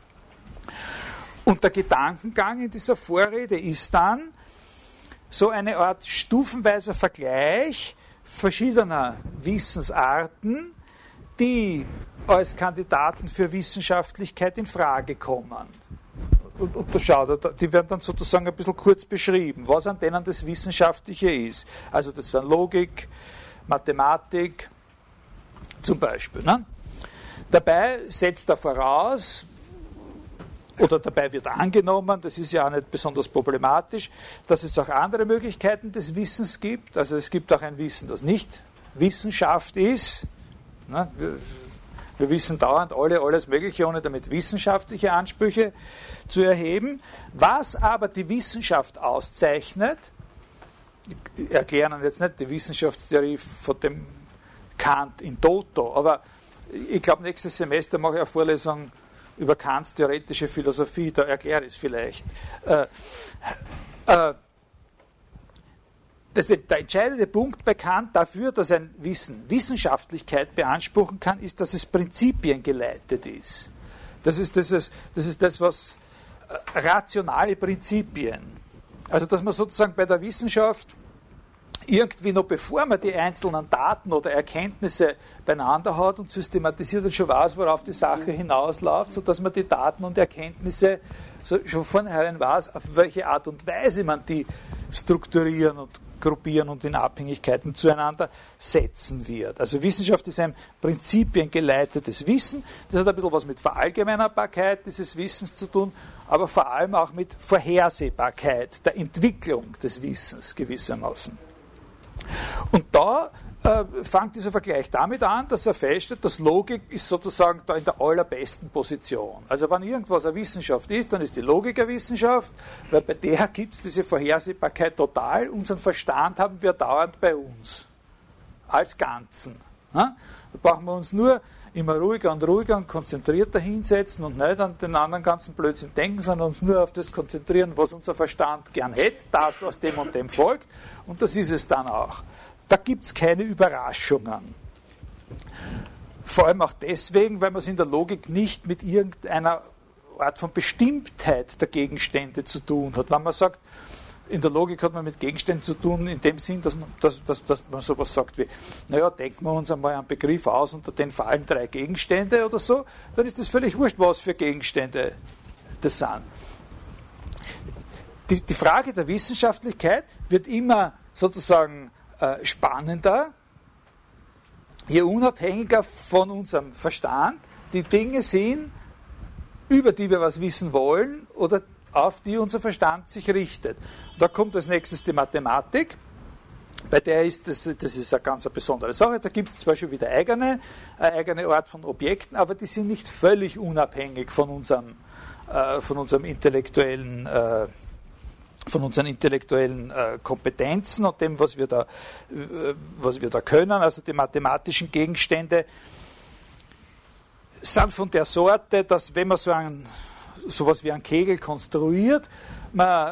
Und der Gedankengang in dieser Vorrede ist dann so eine Art stufenweiser Vergleich verschiedener Wissensarten, die als Kandidaten für Wissenschaftlichkeit in Frage kommen. Und, und da schaut, die werden dann sozusagen ein bisschen kurz beschrieben, was an denen das Wissenschaftliche ist. Also das sind Logik, Mathematik zum Beispiel. Ne? Dabei setzt er voraus, oder dabei wird angenommen, das ist ja auch nicht besonders problematisch, dass es auch andere Möglichkeiten des Wissens gibt. Also es gibt auch ein Wissen, das nicht Wissenschaft ist. Wir, wir wissen dauernd alle alles Mögliche, ohne damit wissenschaftliche Ansprüche zu erheben. Was aber die Wissenschaft auszeichnet, ich erkläre Ihnen jetzt nicht die Wissenschaftstheorie von dem Kant in toto, aber ich glaube, nächstes Semester mache ich eine Vorlesung über Kants theoretische Philosophie, da erkläre ich es vielleicht. Äh, äh, das, der entscheidende Punkt bei Kant dafür, dass ein Wissen Wissenschaftlichkeit beanspruchen kann, ist, dass es Prinzipien geleitet ist. Das ist das, ist, das, ist das was äh, rationale Prinzipien. Also, dass man sozusagen bei der Wissenschaft irgendwie noch bevor man die einzelnen Daten oder Erkenntnisse beieinander hat und systematisiert und schon weiß, worauf die Sache hinausläuft, sodass man die Daten und Erkenntnisse so schon vornherein weiß, auf welche Art und Weise man die strukturieren und gruppieren und in Abhängigkeiten zueinander setzen wird. Also Wissenschaft ist ein prinzipiengeleitetes Wissen. Das hat ein bisschen was mit Verallgemeinerbarkeit dieses Wissens zu tun, aber vor allem auch mit Vorhersehbarkeit der Entwicklung des Wissens gewissermaßen. Und da äh, fängt dieser Vergleich damit an, dass er feststellt, dass Logik ist sozusagen da in der allerbesten Position. Also wenn irgendwas eine Wissenschaft ist, dann ist die Logik eine Wissenschaft, weil bei der gibt es diese Vorhersehbarkeit total. Unseren Verstand haben wir dauernd bei uns, als Ganzen. Ja? Da brauchen wir uns nur immer ruhiger und ruhiger und konzentrierter hinsetzen und nicht an den anderen ganzen Blödsinn denken, sondern uns nur auf das konzentrieren, was unser Verstand gern hätte, das aus dem und dem folgt. Und das ist es dann auch. Da gibt es keine Überraschungen. Vor allem auch deswegen, weil man es in der Logik nicht mit irgendeiner Art von Bestimmtheit der Gegenstände zu tun hat. Wenn man sagt, in der Logik hat man mit Gegenständen zu tun, in dem Sinn, dass man, dass, dass, dass man sowas sagt wie, naja, denken wir uns einmal einen Begriff aus, unter den fallen drei Gegenstände oder so, dann ist das völlig wurscht, was für Gegenstände das sind. Die, die Frage der Wissenschaftlichkeit wird immer sozusagen äh, spannender, je unabhängiger von unserem Verstand die Dinge sind, über die wir was wissen wollen oder auf die unser Verstand sich richtet. Da kommt als nächstes die Mathematik, bei der ist das, das ist eine ganz besondere Sache. Da gibt es zum Beispiel wieder eigene, eine eigene Art von Objekten, aber die sind nicht völlig unabhängig von unserem, äh, von unserem intellektuellen, äh, von unseren intellektuellen äh, Kompetenzen und dem, was wir da, äh, was wir da können. Also die mathematischen Gegenstände sind von der Sorte, dass wenn man so ein sowas wie ein Kegel konstruiert, man,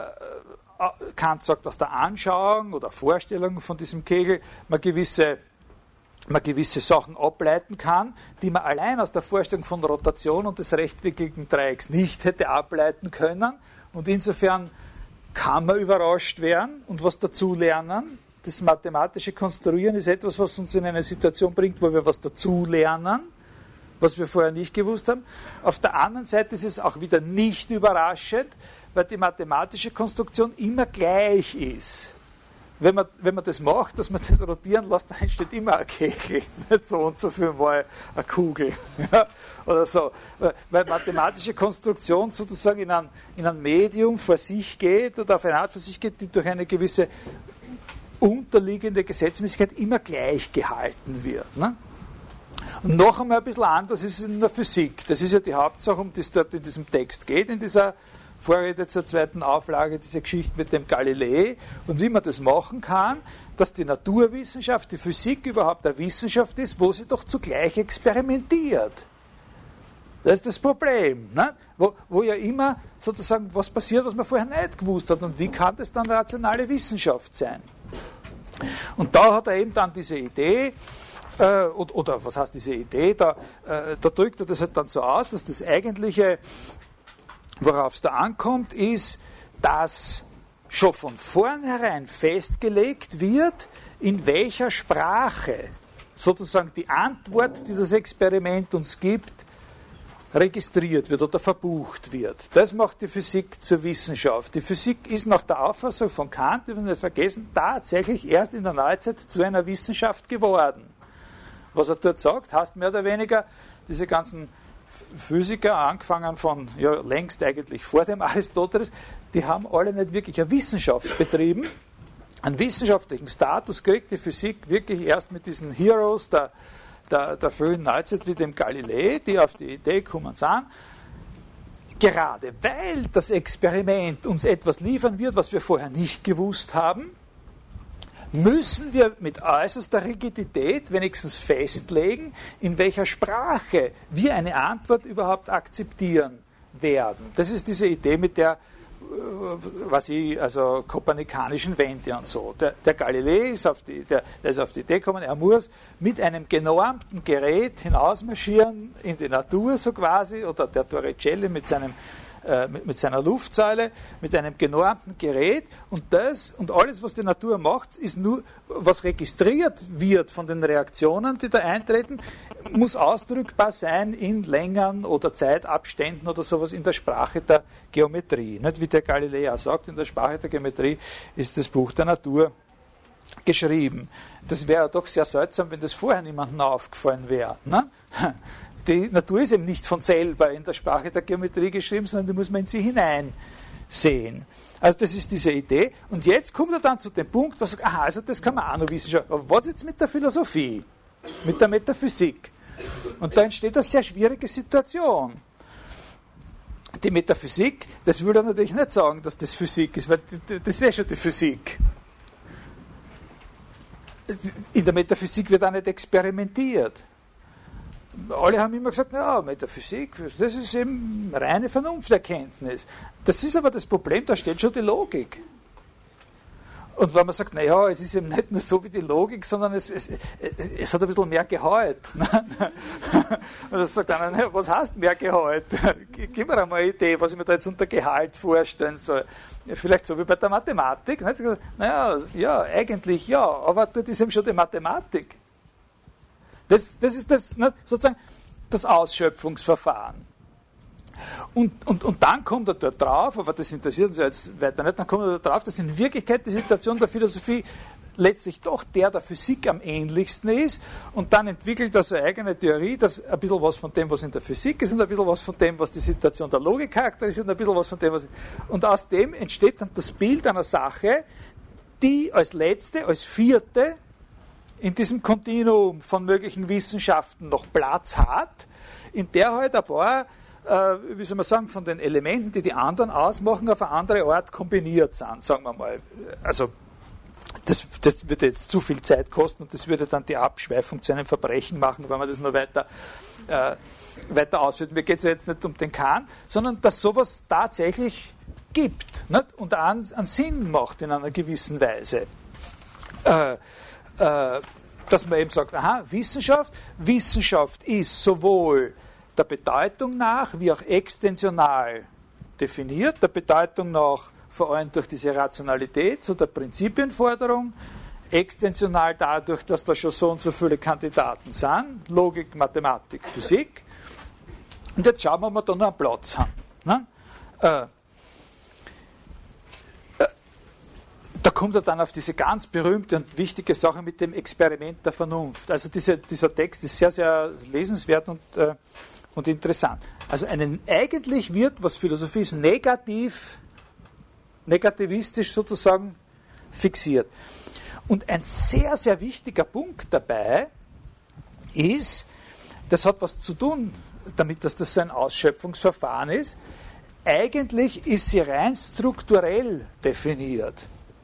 Kant sagt, aus der Anschauung oder Vorstellung von diesem Kegel, man gewisse man gewisse Sachen ableiten kann, die man allein aus der Vorstellung von Rotation und des rechtwinkligen Dreiecks nicht hätte ableiten können. Und insofern kann man überrascht werden und was dazu lernen. Das mathematische Konstruieren ist etwas, was uns in eine Situation bringt, wo wir was dazu lernen, was wir vorher nicht gewusst haben. Auf der anderen Seite ist es auch wieder nicht überraschend, weil die mathematische Konstruktion immer gleich ist. Wenn man, wenn man das macht, dass man das rotieren lässt, dann entsteht immer ein Kegel, nicht so und so viel mal eine Kugel. Ja, oder so. Weil mathematische Konstruktion sozusagen in ein, in ein Medium vor sich geht oder auf eine Art vor sich geht, die durch eine gewisse unterliegende Gesetzmäßigkeit immer gleich gehalten wird. Ne? Und noch einmal ein bisschen anders ist es in der Physik. Das ist ja die Hauptsache, um die es dort in diesem Text geht, in dieser Vorrede zur zweiten Auflage, diese Geschichte mit dem Galilei und wie man das machen kann, dass die Naturwissenschaft, die Physik überhaupt eine Wissenschaft ist, wo sie doch zugleich experimentiert. Das ist das Problem, ne? wo, wo ja immer sozusagen was passiert, was man vorher nicht gewusst hat. Und wie kann das dann rationale Wissenschaft sein? Und da hat er eben dann diese Idee, äh, oder, oder was heißt diese Idee, da, äh, da drückt er das halt dann so aus, dass das eigentliche, worauf es da ankommt, ist, dass schon von vornherein festgelegt wird, in welcher Sprache sozusagen die Antwort, die das Experiment uns gibt, registriert wird oder verbucht wird. Das macht die Physik zur Wissenschaft. Die Physik ist nach der Auffassung von Kant, wir nicht vergessen, tatsächlich erst in der Neuzeit zu einer Wissenschaft geworden. Was er dort sagt, heißt mehr oder weniger, diese ganzen Physiker, angefangen von, ja, längst eigentlich vor dem Aristoteles, die haben alle nicht wirklich eine Wissenschaft betrieben. Einen wissenschaftlichen Status kriegt die Physik wirklich erst mit diesen Heroes der, der, der frühen Neuzeit wie dem Galilei, die auf die Idee gekommen sind. Gerade weil das Experiment uns etwas liefern wird, was wir vorher nicht gewusst haben, müssen wir mit äußerster Rigidität wenigstens festlegen, in welcher Sprache wir eine Antwort überhaupt akzeptieren werden. Das ist diese Idee mit der, was ich, also kopernikanischen Wende und so. Der, der Galilei ist auf, die, der, der ist auf die Idee gekommen, er muss mit einem genormten Gerät hinausmarschieren in die Natur so quasi, oder der Torricelli mit seinem Mit, mit seiner Luftsäule, mit einem genormten Gerät und das und alles, was die Natur macht, ist nur, was registriert wird von den Reaktionen, die da eintreten, muss ausdrückbar sein in Längen oder Zeitabständen oder sowas in der Sprache der Geometrie. Nicht wie der Galilei auch sagt, in der Sprache der Geometrie ist das Buch der Natur geschrieben. Das wäre doch sehr seltsam, wenn das vorher niemandem aufgefallen wäre. Ne? Die Natur ist eben nicht von selber in der Sprache der Geometrie geschrieben, sondern die muss man in sie hineinsehen. Also das ist diese Idee. Und jetzt kommt er dann zu dem Punkt, was sagt, aha, also das kann man auch noch wissenschaftlich. Aber was jetzt mit der Philosophie? Mit der Metaphysik? Und da entsteht eine sehr schwierige Situation. Die Metaphysik, das will er natürlich nicht sagen, dass das Physik ist, weil das ist ja schon die Physik. In der Metaphysik wird auch nicht experimentiert. Alle haben immer gesagt, ja, Metaphysik, das ist eben reine Vernunfterkenntnis. Das ist aber das Problem, da steht schon die Logik. Und wenn man sagt, naja, es ist eben nicht nur so wie die Logik, sondern es, es, es hat ein bisschen mehr Gehalt. Und dann sagt einer, naja, was heißt mehr Gehalt? Gib mir einmal eine Idee, was ich mir da jetzt unter Gehalt vorstellen soll. Vielleicht so wie bei der Mathematik. Naja, ja, eigentlich ja, aber dort ist eben schon die Mathematik. Das, das ist das, ne, sozusagen das Ausschöpfungsverfahren. Und, und, und dann kommt er dort drauf, aber das interessiert uns jetzt weiter nicht, dann kommt er dort drauf, dass in Wirklichkeit die Situation der Philosophie letztlich doch der der Physik am ähnlichsten ist und dann entwickelt er seine eigene Theorie, dass ein bisschen was von dem, was in der Physik ist und ein bisschen was von dem, was die Situation der Logik charakterisiert und ein bisschen was von dem, was... Und aus dem entsteht dann das Bild einer Sache, die als letzte, als vierte in diesem Kontinuum von möglichen Wissenschaften noch Platz hat, in der halt ein paar, äh, wie soll man sagen, von den Elementen, die die anderen ausmachen, auf eine andere Art kombiniert sind, sagen wir mal. Also das, das würde jetzt zu viel Zeit kosten und das würde dann die Abschweifung zu einem Verbrechen machen, wenn man das noch weiter, äh, weiter ausführt. Mir geht es ja jetzt nicht um den Kant, sondern dass sowas tatsächlich gibt, nicht? Und einen, einen Sinn macht in einer gewissen Weise. Äh, Äh, dass man eben sagt, aha, Wissenschaft, Wissenschaft ist sowohl der Bedeutung nach wie auch extensional definiert, der Bedeutung nach vor allem durch diese Rationalität, so der Prinzipienforderung, extensional dadurch, dass da schon so und so viele Kandidaten sind, Logik, Mathematik, Physik. Und jetzt schauen wir, ob wir da noch einen Platz haben. Ne? Äh, äh, da kommt er dann auf diese ganz berühmte und wichtige Sache mit dem Experiment der Vernunft. Also diese, dieser Text ist sehr, sehr lesenswert und, äh, und interessant. Also einen, eigentlich wird, was Philosophie ist, negativ, negativistisch sozusagen fixiert. Und ein sehr, sehr wichtiger Punkt dabei ist, das hat was zu tun damit, dass das so ein Ausschöpfungsverfahren ist, eigentlich ist sie rein strukturell definiert.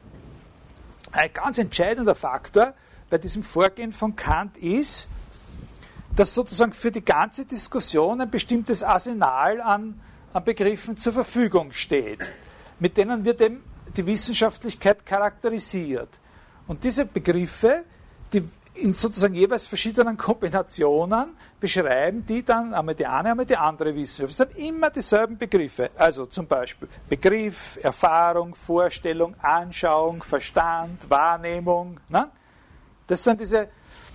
Ein ganz entscheidender Faktor bei diesem Vorgehen von Kant ist, dass sozusagen für die ganze Diskussion ein bestimmtes Arsenal an, an Begriffen zur Verfügung steht, mit denen wird eben die Wissenschaftlichkeit charakterisiert. Und diese Begriffe, die in sozusagen jeweils verschiedenen Kombinationen beschreiben die dann einmal die eine, einmal die andere Wissenschaft. Es sind immer dieselben Begriffe. Also zum Beispiel Begriff, Erfahrung, Vorstellung, Anschauung, Verstand, Wahrnehmung. Ne? Das sind diese,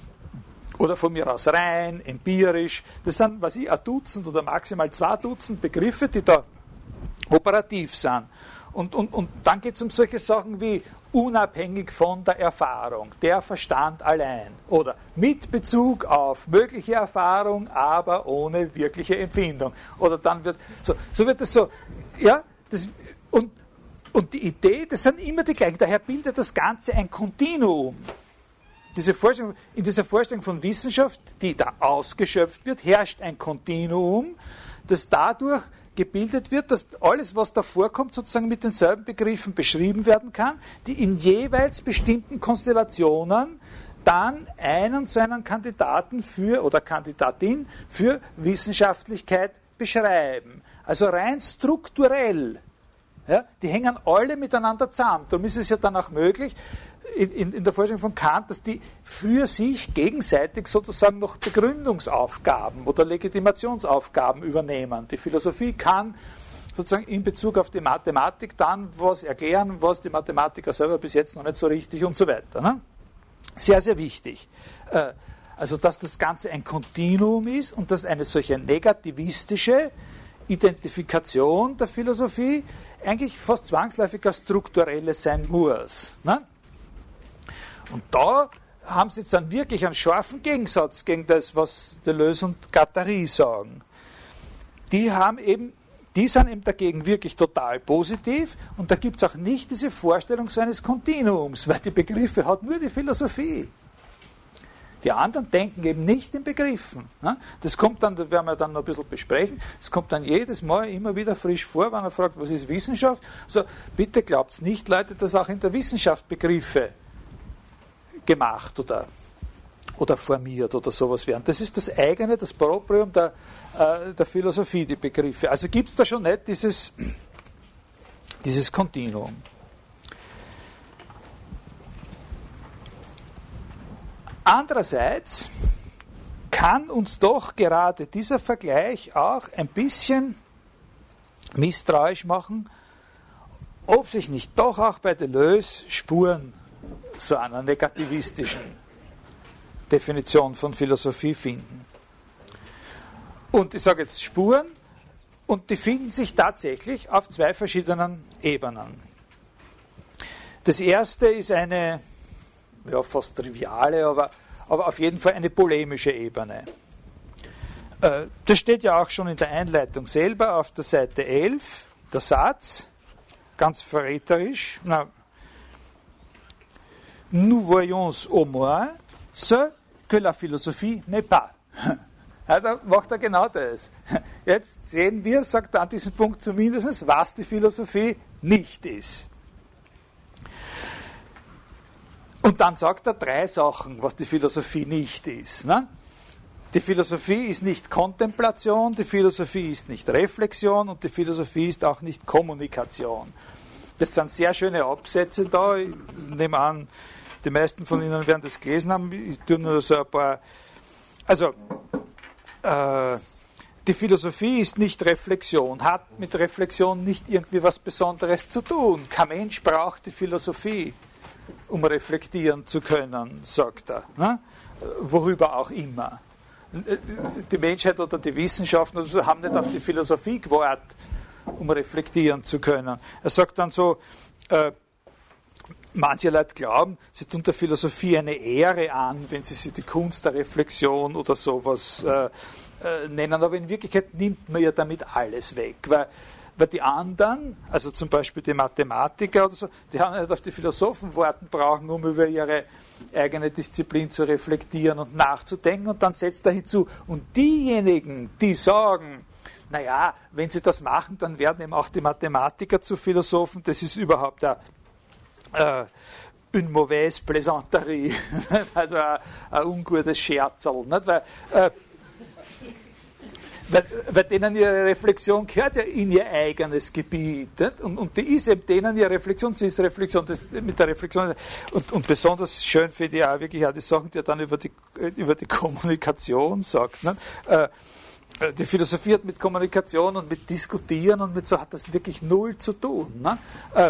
oder von mir aus rein, empirisch. Das sind, was ich, ein Dutzend oder maximal zwei Dutzend Begriffe, die da operativ sind. Und, und, und dann geht es um solche Sachen wie unabhängig von der Erfahrung, der Verstand allein oder mit Bezug auf mögliche Erfahrung, aber ohne wirkliche Empfindung. Oder dann wird so, so wird es so, ja, das, und, und die Idee, das sind immer die gleichen, daher bildet das Ganze ein Kontinuum. Diese Vorstellung, in dieser Vorstellung von Wissenschaft, die da ausgeschöpft wird, herrscht ein Kontinuum, das dadurch gebildet wird, dass alles, was da vorkommt, sozusagen mit denselben Begriffen beschrieben werden kann, die in jeweils bestimmten Konstellationen dann einen so einen Kandidaten für oder Kandidatin für Wissenschaftlichkeit beschreiben. Also rein strukturell. Ja, die hängen alle miteinander zusammen. Darum ist es ja dann auch möglich, in, in, in der Vorstellung von Kant, dass die für sich gegenseitig sozusagen noch Begründungsaufgaben oder Legitimationsaufgaben übernehmen. Die Philosophie kann sozusagen in Bezug auf die Mathematik dann was erklären, was die Mathematiker selber bis jetzt noch nicht so richtig und so weiter. Ne? Sehr, sehr wichtig. Äh, also, dass das Ganze ein Kontinuum ist und dass eine solche negativistische Identifikation der Philosophie eigentlich fast zwangsläufig eine strukturelle sein muss. Ne? Und da haben sie jetzt dann wirklich einen scharfen Gegensatz gegen das, was Deleuze und Guattari sagen. Die haben eben, die sind eben dagegen wirklich total positiv und da gibt es auch nicht diese Vorstellung so eines Kontinuums, weil die Begriffe hat nur die Philosophie. Die anderen denken eben nicht in Begriffen. Das kommt dann, das werden wir dann noch ein bisschen besprechen, das kommt dann jedes Mal immer wieder frisch vor, wenn er fragt, was ist Wissenschaft? So, bitte glaubt es nicht, Leute, dass auch in der Wissenschaft Begriffe gemacht oder, oder formiert oder sowas werden. Das ist das eigene, das Proprium der, äh, der Philosophie, die Begriffe. Also gibt es da schon nicht dieses, dieses Kontinuum. Andererseits kann uns doch gerade dieser Vergleich auch ein bisschen misstrauisch machen, ob sich nicht doch auch bei Deleuze Spuren so einer negativistischen Definition von Philosophie finden. Und ich sage jetzt Spuren, und die finden sich tatsächlich auf zwei verschiedenen Ebenen. Das erste ist eine, ja, fast triviale, aber, aber auf jeden Fall eine polemische Ebene. Äh, das steht ja auch schon in der Einleitung selber auf der Seite elf, der Satz, ganz verräterisch, na, nous voyons au moins ce que la philosophie n'est pas. Ja, da macht er genau das. Jetzt sehen wir, sagt er an diesem Punkt zumindest, was die Philosophie nicht ist. Und dann sagt er drei Sachen, was die Philosophie nicht ist. Ne? Die Philosophie ist nicht Kontemplation, die Philosophie ist nicht Reflexion und die Philosophie ist auch nicht Kommunikation. Das sind sehr schöne Absätze da. Ich nehme an, die meisten von Ihnen werden das gelesen haben. Ich tue nur so ein paar. Also, äh, die Philosophie ist nicht Reflexion, hat mit Reflexion nicht irgendwie was Besonderes zu tun. Kein Mensch braucht die Philosophie, um reflektieren zu können, sagt er. Ne? Worüber auch immer. Die Menschheit oder die Wissenschaften oder so haben nicht auf die Philosophie gewartet, um reflektieren zu können. Er sagt dann so, äh, manche Leute glauben, sie tun der Philosophie eine Ehre an, wenn sie sie die Kunst der Reflexion oder sowas äh, äh, nennen, aber in Wirklichkeit nimmt man ja damit alles weg, weil, weil die anderen, also zum Beispiel die Mathematiker oder so, die haben nicht auf die Philosophen warten brauchen, um über ihre eigene Disziplin zu reflektieren und nachzudenken, und dann setzt er hinzu, und diejenigen, die sagen, naja, wenn sie das machen, dann werden eben auch die Mathematiker zu Philosophen, das ist überhaupt eine Äh, une mauvaise plaisanterie, also ein, ein ungutes Scherzerl, nicht? Weil, äh, weil, weil denen ihre Reflexion gehört ja in ihr eigenes Gebiet, nicht? Und, und die ist eben denen ihre Reflexion, sie ist Reflexion, das, mit der Reflexion, und, und besonders schön finde ich auch wirklich auch die Sachen, die er dann über die, über die Kommunikation sagt, nicht? Äh, Die Philosophie hat mit Kommunikation und mit Diskutieren und mit so hat das wirklich null zu tun, ne? Äh,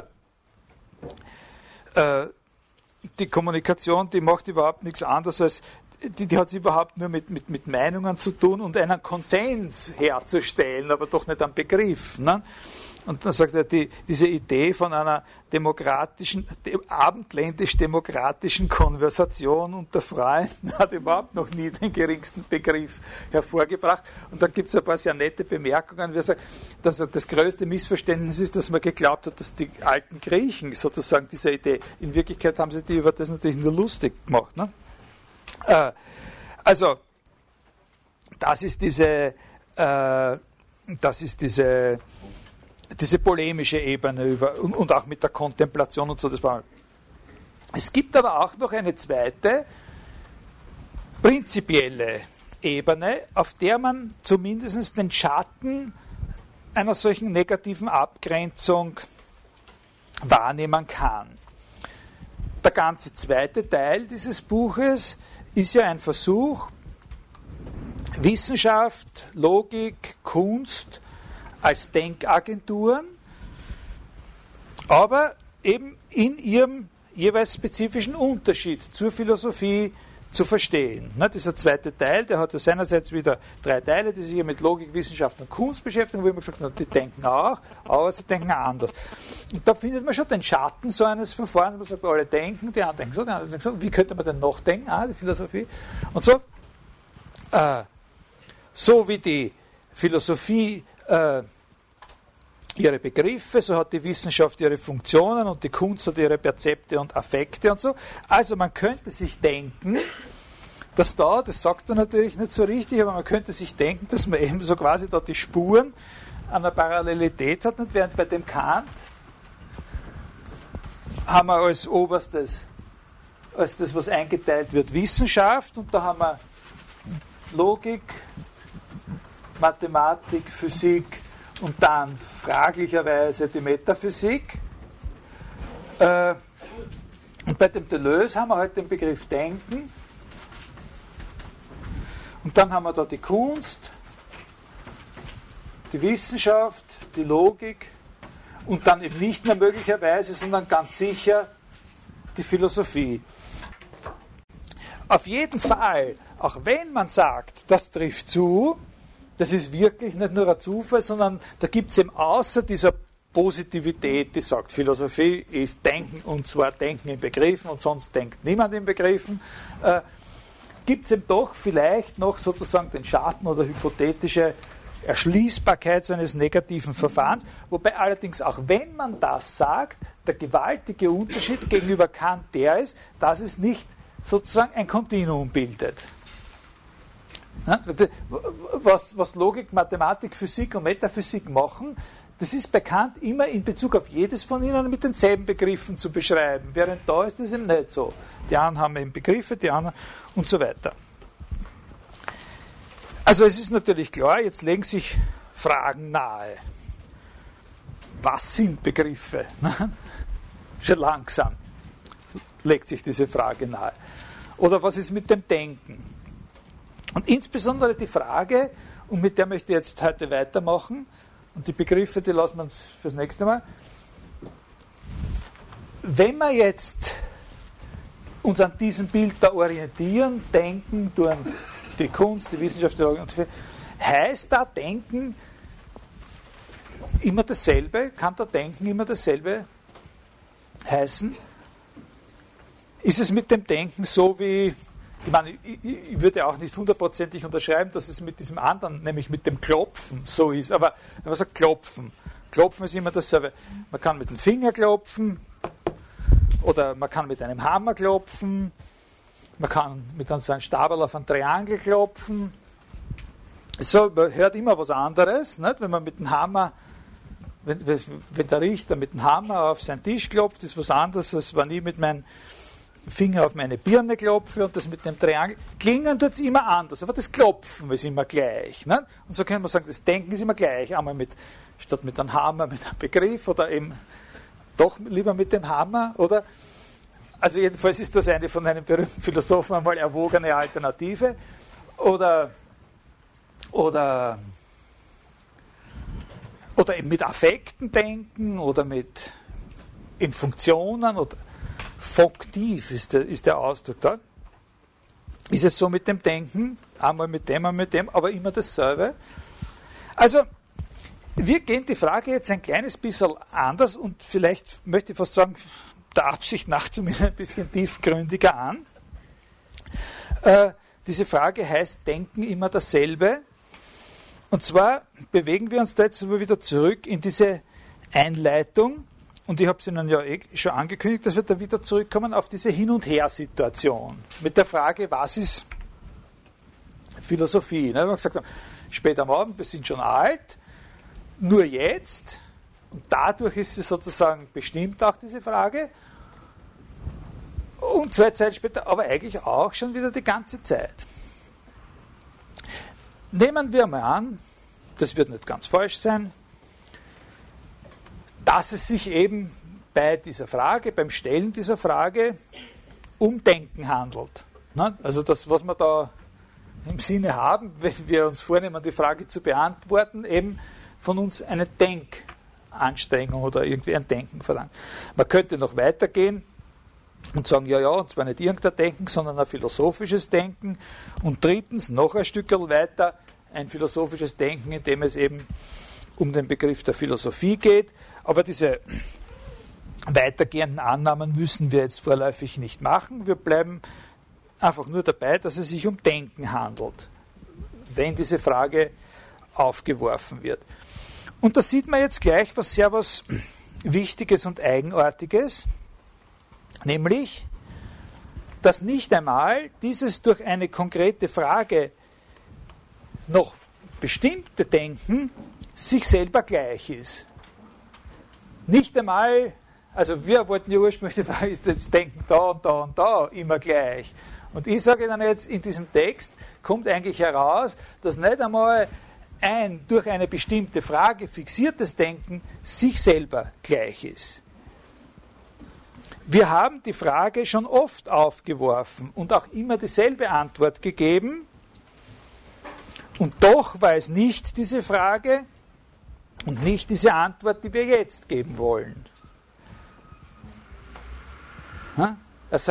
Die Kommunikation, die macht überhaupt nichts anderes als, die, die hat überhaupt nur mit, mit, mit Meinungen zu tun und einen Konsens herzustellen, aber doch nicht einen Begriff. Ne? Und dann sagt er, die, diese Idee von einer demokratischen, abendländisch-demokratischen Konversation unter Freunden hat überhaupt noch nie den geringsten Begriff hervorgebracht. Und dann gibt es ein paar sehr nette Bemerkungen, wie er sagt, dass das größte Missverständnis ist, dass man geglaubt hat, dass die alten Griechen sozusagen diese Idee, in Wirklichkeit haben sie die über das natürlich nur lustig gemacht. Ne? Äh, also, das ist diese, äh, das ist diese, diese polemische Ebene über, und, und auch mit der Kontemplation und so. Das war. Es gibt aber auch noch eine zweite, prinzipielle Ebene, auf der man zumindest den Schatten einer solchen negativen Abgrenzung wahrnehmen kann. Der ganze zweite Teil dieses Buches ist ja ein Versuch, Wissenschaft, Logik, Kunst als Denkagenturen, aber eben in ihrem jeweils spezifischen Unterschied zur Philosophie zu verstehen. Ne, dieser zweite Teil, der hat ja seinerseits wieder drei Teile, die sich hier mit Logik, Wissenschaft und Kunst beschäftigen, wo ich mir gesagt habe, die denken auch, aber sie denken anders. Und da findet man schon den Schatten so eines Verfahrens, man sagt, alle denken, die anderen denken so, die anderen denken so, wie könnte man denn noch denken? Ah, die Philosophie. Und so, äh, so wie die Philosophie äh, ihre Begriffe, so hat die Wissenschaft ihre Funktionen und die Kunst hat ihre Perzepte und Affekte und so. Also man könnte sich denken, dass da, das sagt er natürlich nicht so richtig, aber man könnte sich denken, dass man eben so quasi da die Spuren einer Parallelität hat, nicht? Während bei dem Kant haben wir als oberstes, als das, was eingeteilt wird, Wissenschaft, und da haben wir Logik, Mathematik, Physik und dann fraglicherweise die Metaphysik. Äh, und bei dem Deleuze haben wir halt den Begriff Denken. Und dann haben wir da die Kunst, die Wissenschaft, die Logik und dann eben nicht mehr möglicherweise, sondern ganz sicher die Philosophie. Auf jeden Fall, auch wenn man sagt, das trifft zu, das ist wirklich nicht nur ein Zufall, sondern da gibt es eben außer dieser Positivität, die sagt, Philosophie ist Denken, und zwar Denken in Begriffen und sonst denkt niemand in Begriffen, äh, gibt es eben doch vielleicht noch sozusagen den Schatten oder hypothetische Erschließbarkeit so eines negativen Verfahrens, wobei allerdings auch wenn man das sagt, der gewaltige Unterschied gegenüber Kant der ist, dass es nicht sozusagen ein Kontinuum bildet. Was, was Logik, Mathematik, Physik und Metaphysik machen, das ist bei Kant immer in Bezug auf jedes von ihnen mit denselben Begriffen zu beschreiben, während da ist es eben nicht so. Die einen haben eben Begriffe, die anderen und so weiter. Also es ist natürlich klar, jetzt legen sich Fragen nahe. Was sind Begriffe? Schon langsam. legt sich diese Frage nahe. Oder was ist mit dem Denken? Und insbesondere die Frage, und mit der möchte ich jetzt heute weitermachen, und die Begriffe, die lassen wir uns fürs nächste Mal. Wenn wir jetzt uns an diesem Bild da orientieren, denken, tun die Kunst, die Wissenschaft, die Logik, heißt da Denken immer dasselbe? Kann da Denken immer dasselbe heißen? Ist es mit dem Denken so wie, ich meine, ich, ich würde auch nicht hundertprozentig unterschreiben, dass es mit diesem anderen, nämlich mit dem Klopfen so ist, aber wenn man sagt Klopfen, Klopfen ist immer dasselbe. Man kann mit dem Finger klopfen oder man kann mit einem Hammer klopfen, man kann mit so einem Stabel auf einen Triangel klopfen. So, man hört immer was anderes, nicht? Wenn man mit dem Hammer, wenn, wenn der Richter mit dem Hammer auf seinen Tisch klopft, ist was anderes, als wenn ich mit meinem Finger auf meine Birne klopfe und das mit dem Triangel. Klingen tut es immer anders, aber das Klopfen ist immer gleich. Nicht? Und so kann man sagen, das Denken ist immer gleich. Einmal mit, statt mit einem Hammer, mit einem Begriff oder eben doch lieber mit dem Hammer, oder? Also jedenfalls ist das eine von einem berühmten Philosophen einmal erwogene Alternative. Oder, oder, oder eben mit Affekten denken oder mit in Funktionen oder funktiv ist der, ist der Ausdruck da. Ist es so mit dem Denken, einmal mit dem, einmal mit dem, aber immer dasselbe. Also, wir gehen die Frage jetzt ein kleines bisschen anders und vielleicht möchte ich fast sagen, der Absicht nach zumindest ein bisschen tiefgründiger an. Äh, diese Frage heißt Denken immer dasselbe? Und zwar bewegen wir uns da jetzt wieder zurück in diese Einleitung, und ich habe es Ihnen ja eh schon angekündigt, dass wir da wieder zurückkommen auf diese Hin- und Her-Situation. Mit der Frage, was ist Philosophie? Ne? Wir haben gesagt, spät am Abend, wir sind schon alt, nur jetzt, und dadurch ist es sozusagen bestimmt auch diese Frage, und zwei Zeit später, aber eigentlich auch schon wieder die ganze Zeit. Nehmen wir mal an, das wird nicht ganz falsch sein, dass es sich eben bei dieser Frage, beim Stellen dieser Frage, um Denken handelt. Also das, was wir da im Sinne haben, wenn wir uns vornehmen, die Frage zu beantworten, eben von uns eine Denkanstrengung oder irgendwie ein Denken verlangt. Man könnte noch weitergehen und sagen, ja, ja, und zwar nicht irgendein Denken, sondern ein philosophisches Denken. Und drittens, noch ein Stück weiter, ein philosophisches Denken, in dem es eben um den Begriff der Philosophie geht. Aber diese weitergehenden Annahmen müssen wir jetzt vorläufig nicht machen. Wir bleiben einfach nur dabei, dass es sich um Denken handelt, wenn diese Frage aufgeworfen wird. Und da sieht man jetzt gleich was sehr was Wichtiges und Eigenartiges, nämlich, dass nicht einmal dieses durch eine konkrete Frage noch bestimmte Denken sich selber gleich ist. Nicht einmal, also wir wollten ja ursprünglich die Frage, ist das Denken da und da und da immer gleich. Und ich sage dann jetzt, in diesem Text kommt eigentlich heraus, dass nicht einmal ein durch eine bestimmte Frage fixiertes Denken sich selber gleich ist. Wir haben die Frage schon oft aufgeworfen und auch immer dieselbe Antwort gegeben. Und doch war es nicht diese Frage und nicht diese Antwort, die wir jetzt geben wollen. Also,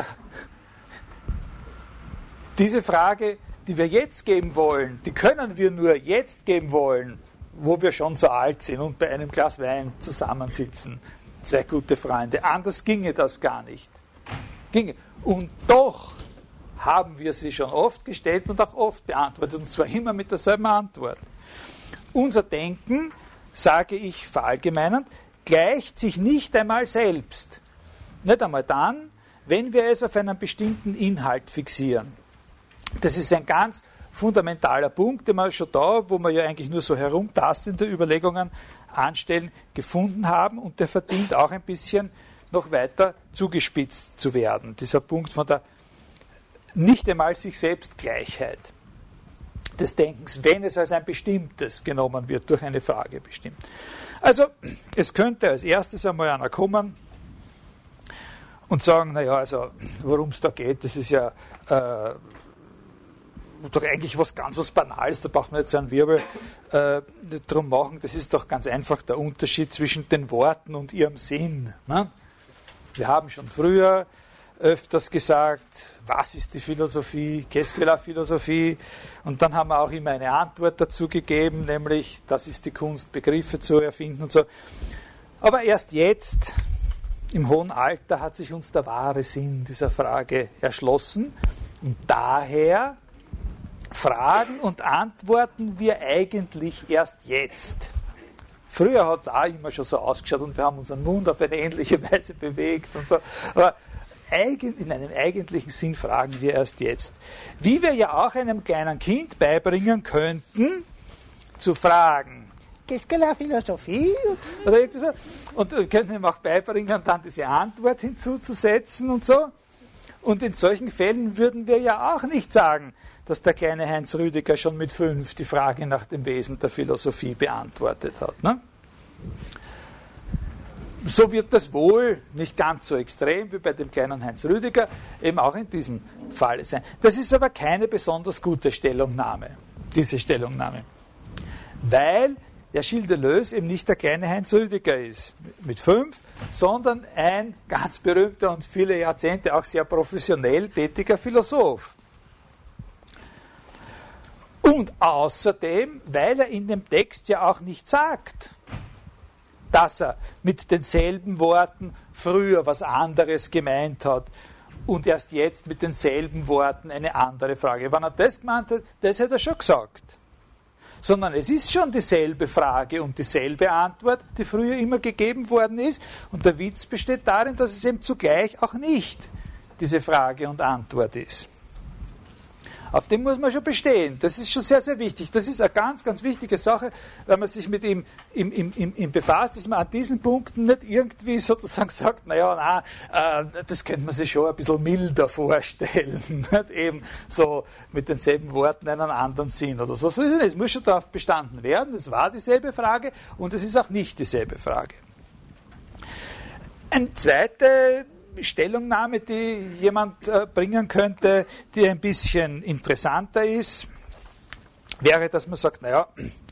diese Frage, die wir jetzt geben wollen, die können wir nur jetzt geben wollen, wo wir schon so alt sind und bei einem Glas Wein zusammensitzen. Zwei gute Freunde. Anders ginge das gar nicht. Ginge. Und doch haben wir sie schon oft gestellt und auch oft beantwortet, und zwar immer mit derselben Antwort. Unser Denken, sage ich verallgemeinernd, gleicht sich nicht einmal selbst. Nicht einmal dann, wenn wir es auf einen bestimmten Inhalt fixieren. Das ist ein ganz fundamentaler Punkt, den wir schon da, wo wir ja eigentlich nur so herumtastende Überlegungen anstellen, gefunden haben, und der verdient auch ein bisschen noch weiter zugespitzt zu werden. Dieser Punkt von der nicht einmal sich selbst Gleichheit des Denkens, wenn es als ein bestimmtes genommen wird, durch eine Frage bestimmt. Also, es könnte als erstes einmal einer kommen und sagen, naja, also worum es da geht, das ist ja äh, doch eigentlich was ganz was Banales, da braucht man nicht so einen Wirbel äh, drum machen, das ist doch ganz einfach der Unterschied zwischen den Worten und ihrem Sinn. Ne? Wir haben schon früher öfters gesagt, was ist die Philosophie, qu'est-ce que la Philosophie? Und dann haben wir auch immer eine Antwort dazu gegeben, nämlich, das ist die Kunst, Begriffe zu erfinden und so. Aber erst jetzt, im hohen Alter, hat sich uns der wahre Sinn dieser Frage erschlossen. Und daher fragen und antworten wir eigentlich erst jetzt. Früher hat es auch immer schon so ausgeschaut und wir haben unseren Mund auf eine ähnliche Weise bewegt und so. Aber in einem eigentlichen Sinn fragen wir erst jetzt. Wie wir ja auch einem kleinen Kind beibringen könnten, zu fragen, qu'est-ce que la Philosophie? Oder irgendwie so. Und wir könnten ihm auch beibringen, dann diese Antwort hinzuzusetzen und so. Und in solchen Fällen würden wir ja auch nicht sagen, dass der kleine Heinz Rüdiger schon mit fünf die Frage nach dem Wesen der Philosophie beantwortet hat. Ne? So wird das wohl nicht ganz so extrem wie bei dem kleinen Heinz Rüdiger eben auch in diesem Fall sein. Das ist aber keine besonders gute Stellungnahme, diese Stellungnahme. Weil der Gilles Deleuze eben nicht der kleine Heinz Rüdiger ist mit fünf, sondern ein ganz berühmter und viele Jahrzehnte auch sehr professionell tätiger Philosoph. Und außerdem, weil er in dem Text ja auch nicht sagt, dass er mit denselben Worten früher was anderes gemeint hat und erst jetzt mit denselben Worten eine andere Frage. Wenn er das gemeint hat, das hat er schon gesagt. Sondern es ist schon dieselbe Frage und dieselbe Antwort, die früher immer gegeben worden ist. Und der Witz besteht darin, dass es eben zugleich auch nicht diese Frage und Antwort ist. Auf dem muss man schon bestehen. Das ist schon sehr, sehr wichtig. Das ist eine ganz, ganz wichtige Sache, wenn man sich mit ihm, ihm, ihm, ihm, ihm befasst, dass man an diesen Punkten nicht irgendwie sozusagen sagt, naja, na, äh, das könnte man sich schon ein bisschen milder vorstellen. Nicht eben so mit denselben Worten einen anderen Sinn oder so. So ist es nicht. Es muss schon darauf bestanden werden. Es war dieselbe Frage und es ist auch nicht dieselbe Frage. Eine zweite Stellungnahme, die jemand äh, bringen könnte, die ein bisschen interessanter ist, wäre, dass man sagt, naja,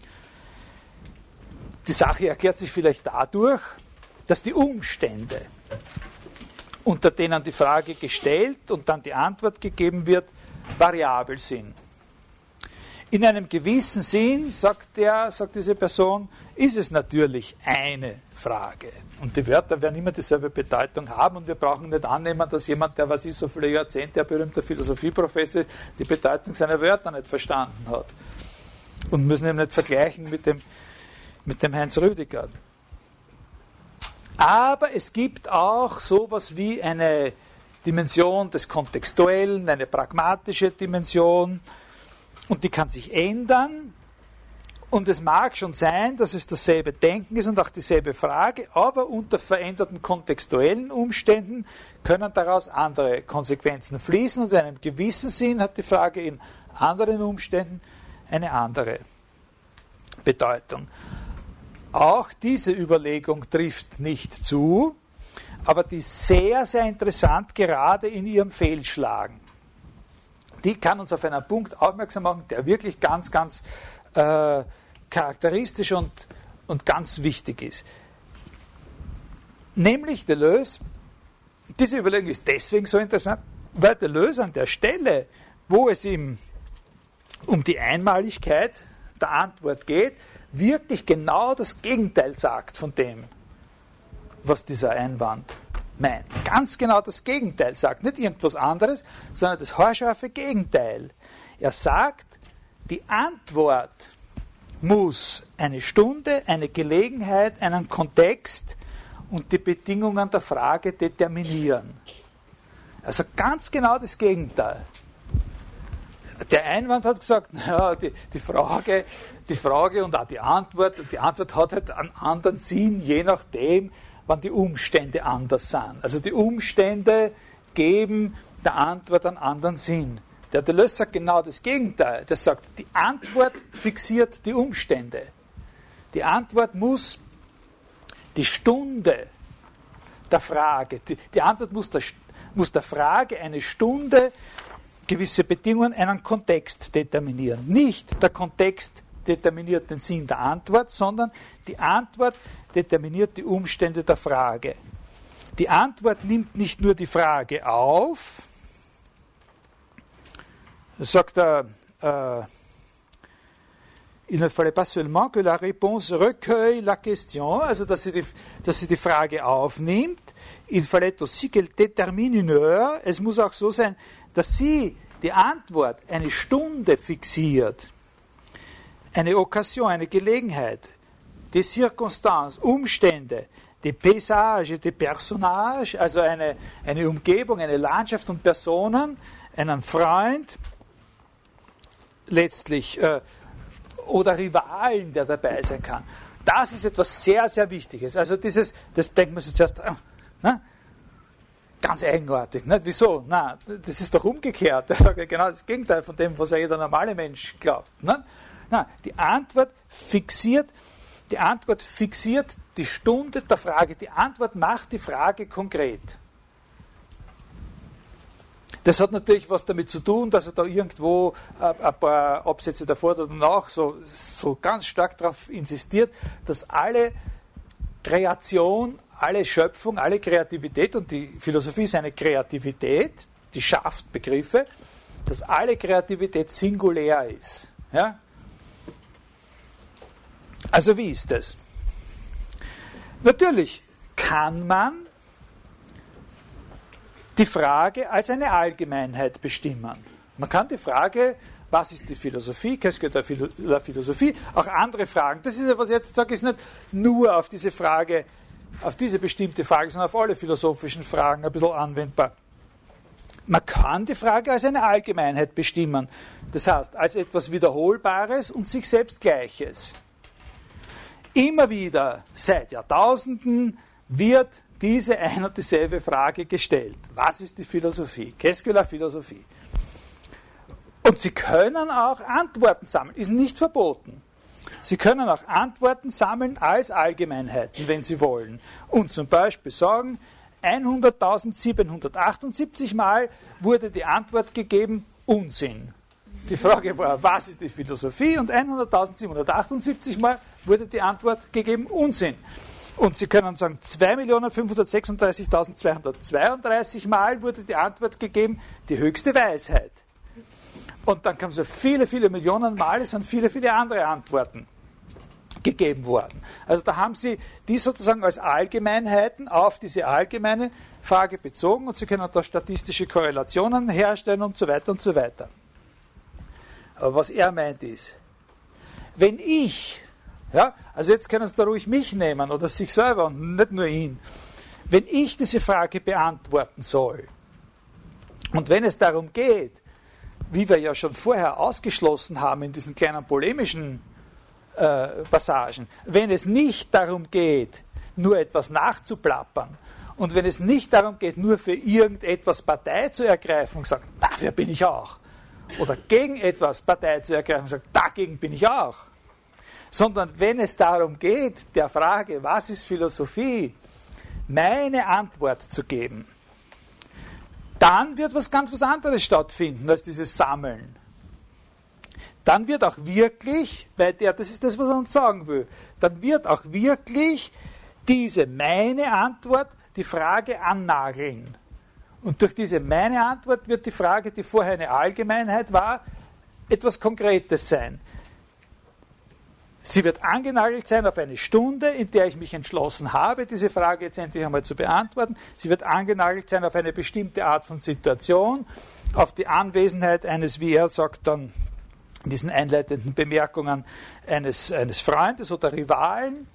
die Sache erklärt sich vielleicht dadurch, dass die Umstände, unter denen die Frage gestellt und dann die Antwort gegeben wird, variabel sind. In einem gewissen Sinn, sagt der, sagt diese Person, ist es natürlich eine Frage. Und die Wörter werden immer dieselbe Bedeutung haben und wir brauchen nicht annehmen, dass jemand, der was ist, so viele Jahrzehnte ein berühmter Philosophieprofessor ist, die Bedeutung seiner Wörter nicht verstanden hat. Und müssen ihn nicht vergleichen mit dem, mit dem Heinz Rüdiger. Aber es gibt auch sowas wie eine Dimension des Kontextuellen, eine pragmatische Dimension, und die kann sich ändern. Und es mag schon sein, dass es dasselbe Denken ist und auch dieselbe Frage, aber unter veränderten kontextuellen Umständen können daraus andere Konsequenzen fließen und in einem gewissen Sinn hat die Frage in anderen Umständen eine andere Bedeutung. Auch diese Überlegung trifft nicht zu, aber die ist sehr, sehr interessant, gerade in ihrem Fehlschlagen. Die kann uns auf einen Punkt aufmerksam machen, der wirklich ganz, ganz äh, charakteristisch und, und ganz wichtig ist. Nämlich Deleuze, diese Überlegung ist deswegen so interessant, weil Deleuze an der Stelle, wo es ihm um die Einmaligkeit der Antwort geht, wirklich genau das Gegenteil sagt von dem, was dieser Einwand meint. Ganz genau das Gegenteil sagt, nicht irgendwas anderes, sondern das haarscharfe Gegenteil. Er sagt, die Antwort muss eine Stunde, eine Gelegenheit, einen Kontext und die Bedingungen der Frage determinieren. Also ganz genau das Gegenteil. Der Einwand hat gesagt, naja, die, die, Frage, die Frage und auch die Antwort, die Antwort hat halt einen anderen Sinn, je nachdem, wann die Umstände anders sind. Also die Umstände geben der Antwort einen anderen Sinn. Der Deleuze sagt genau das Gegenteil. Der sagt, die Antwort fixiert die Umstände. Die Antwort muss die Stunde der Frage. Die, die Antwort muss der, muss der Frage eine Stunde, gewisse Bedingungen, einen Kontext determinieren. Nicht der Kontext determiniert den Sinn der Antwort, sondern die Antwort determiniert die Umstände der Frage. Die Antwort nimmt nicht nur die Frage auf, sagt er, äh, il ne fallait pas seulement que la réponse recueille la question, also dass sie die, dass sie die Frage aufnimmt, il fallait aussi qu'elle détermine une heure, es muss auch so sein, dass sie die Antwort eine Stunde fixiert, eine Occasion, eine Gelegenheit, des circonstances, Umstände, des paysages, des personnages, also eine, eine Umgebung, eine Landschaft und Personen, einen Freund, letztlich äh, oder Rivalen, der dabei sein kann. Das ist etwas sehr, sehr Wichtiges. Also dieses, das denkt man sich zuerst, äh, ne? Ganz eigenartig. Ne? Wieso? Na, das ist doch umgekehrt. Das ist genau das Gegenteil von dem, was jeder normale Mensch glaubt. Ne? Na, die Antwort fixiert, die Antwort fixiert die Stunde der Frage. Die Antwort macht die Frage konkret. Das hat natürlich was damit zu tun, dass er da irgendwo ein paar Absätze davor oder danach so, so ganz stark darauf insistiert, dass alle Kreation, alle Schöpfung, alle Kreativität, und die Philosophie ist eine Kreativität, die schafft Begriffe, dass alle Kreativität singulär ist. Ja? Also wie ist das? Natürlich kann man die Frage als eine Allgemeinheit bestimmen. Man kann die Frage, was ist die Philosophie, qu'est-ce que la Philosophie, auch andere Fragen, das ist ja, was ich jetzt sage, ist nicht nur auf diese Frage, auf diese bestimmte Frage, sondern auf alle philosophischen Fragen ein bisschen anwendbar. Man kann die Frage als eine Allgemeinheit bestimmen, das heißt, als etwas Wiederholbares und sich selbst Gleiches. Immer wieder, seit Jahrtausenden, wird diese ein und dieselbe Frage gestellt. Was ist die Philosophie? Qu'est-ce que la Philosophie? Und Sie können auch Antworten sammeln, ist nicht verboten. Sie können auch Antworten sammeln als Allgemeinheiten, wenn Sie wollen. Und zum Beispiel sagen, hunderttausendsiebenhundertachtundsiebzig Mal wurde die Antwort gegeben, Unsinn. Die Frage war, was ist die Philosophie? Und hunderttausendsiebenhundertachtundsiebzig Mal wurde die Antwort gegeben, Unsinn. Und Sie können sagen, zwei Millionen fünfhundertsechsunddreißigtausendzweihundertzweiunddreißig Mal wurde die Antwort gegeben, die höchste Weisheit. Und dann kamen so viele, viele Millionen Mal, es sind viele, viele andere Antworten gegeben worden. Also da haben Sie die sozusagen als Allgemeinheiten auf diese allgemeine Frage bezogen und Sie können da statistische Korrelationen herstellen und so weiter und so weiter. Aber was er meint ist, wenn ich, ja, also jetzt können Sie da ruhig mich nehmen oder sich selber und nicht nur ihn, wenn ich diese Frage beantworten soll und wenn es darum geht, wie wir ja schon vorher ausgeschlossen haben in diesen kleinen polemischen äh, Passagen, wenn es nicht darum geht, nur etwas nachzuplappern und wenn es nicht darum geht, nur für irgendetwas Partei zu ergreifen und sagen, dafür bin ich auch, oder gegen etwas Partei zu ergreifen und sagen, dagegen bin ich auch, sondern wenn es darum geht, der Frage, was ist Philosophie, meine Antwort zu geben, dann wird was ganz was anderes stattfinden als dieses Sammeln. Dann wird auch wirklich, weil der, das ist das, was er uns sagen will, dann wird auch wirklich diese meine Antwort die Frage annageln. Und durch diese meine Antwort wird die Frage, die vorher eine Allgemeinheit war, etwas Konkretes sein. Sie wird angenagelt sein auf eine Stunde, in der ich mich entschlossen habe, diese Frage jetzt endlich einmal zu beantworten. Sie wird angenagelt sein auf eine bestimmte Art von Situation, auf die Anwesenheit eines, wie er sagt, dann in diesen einleitenden Bemerkungen, eines, eines Freundes oder Rivalen.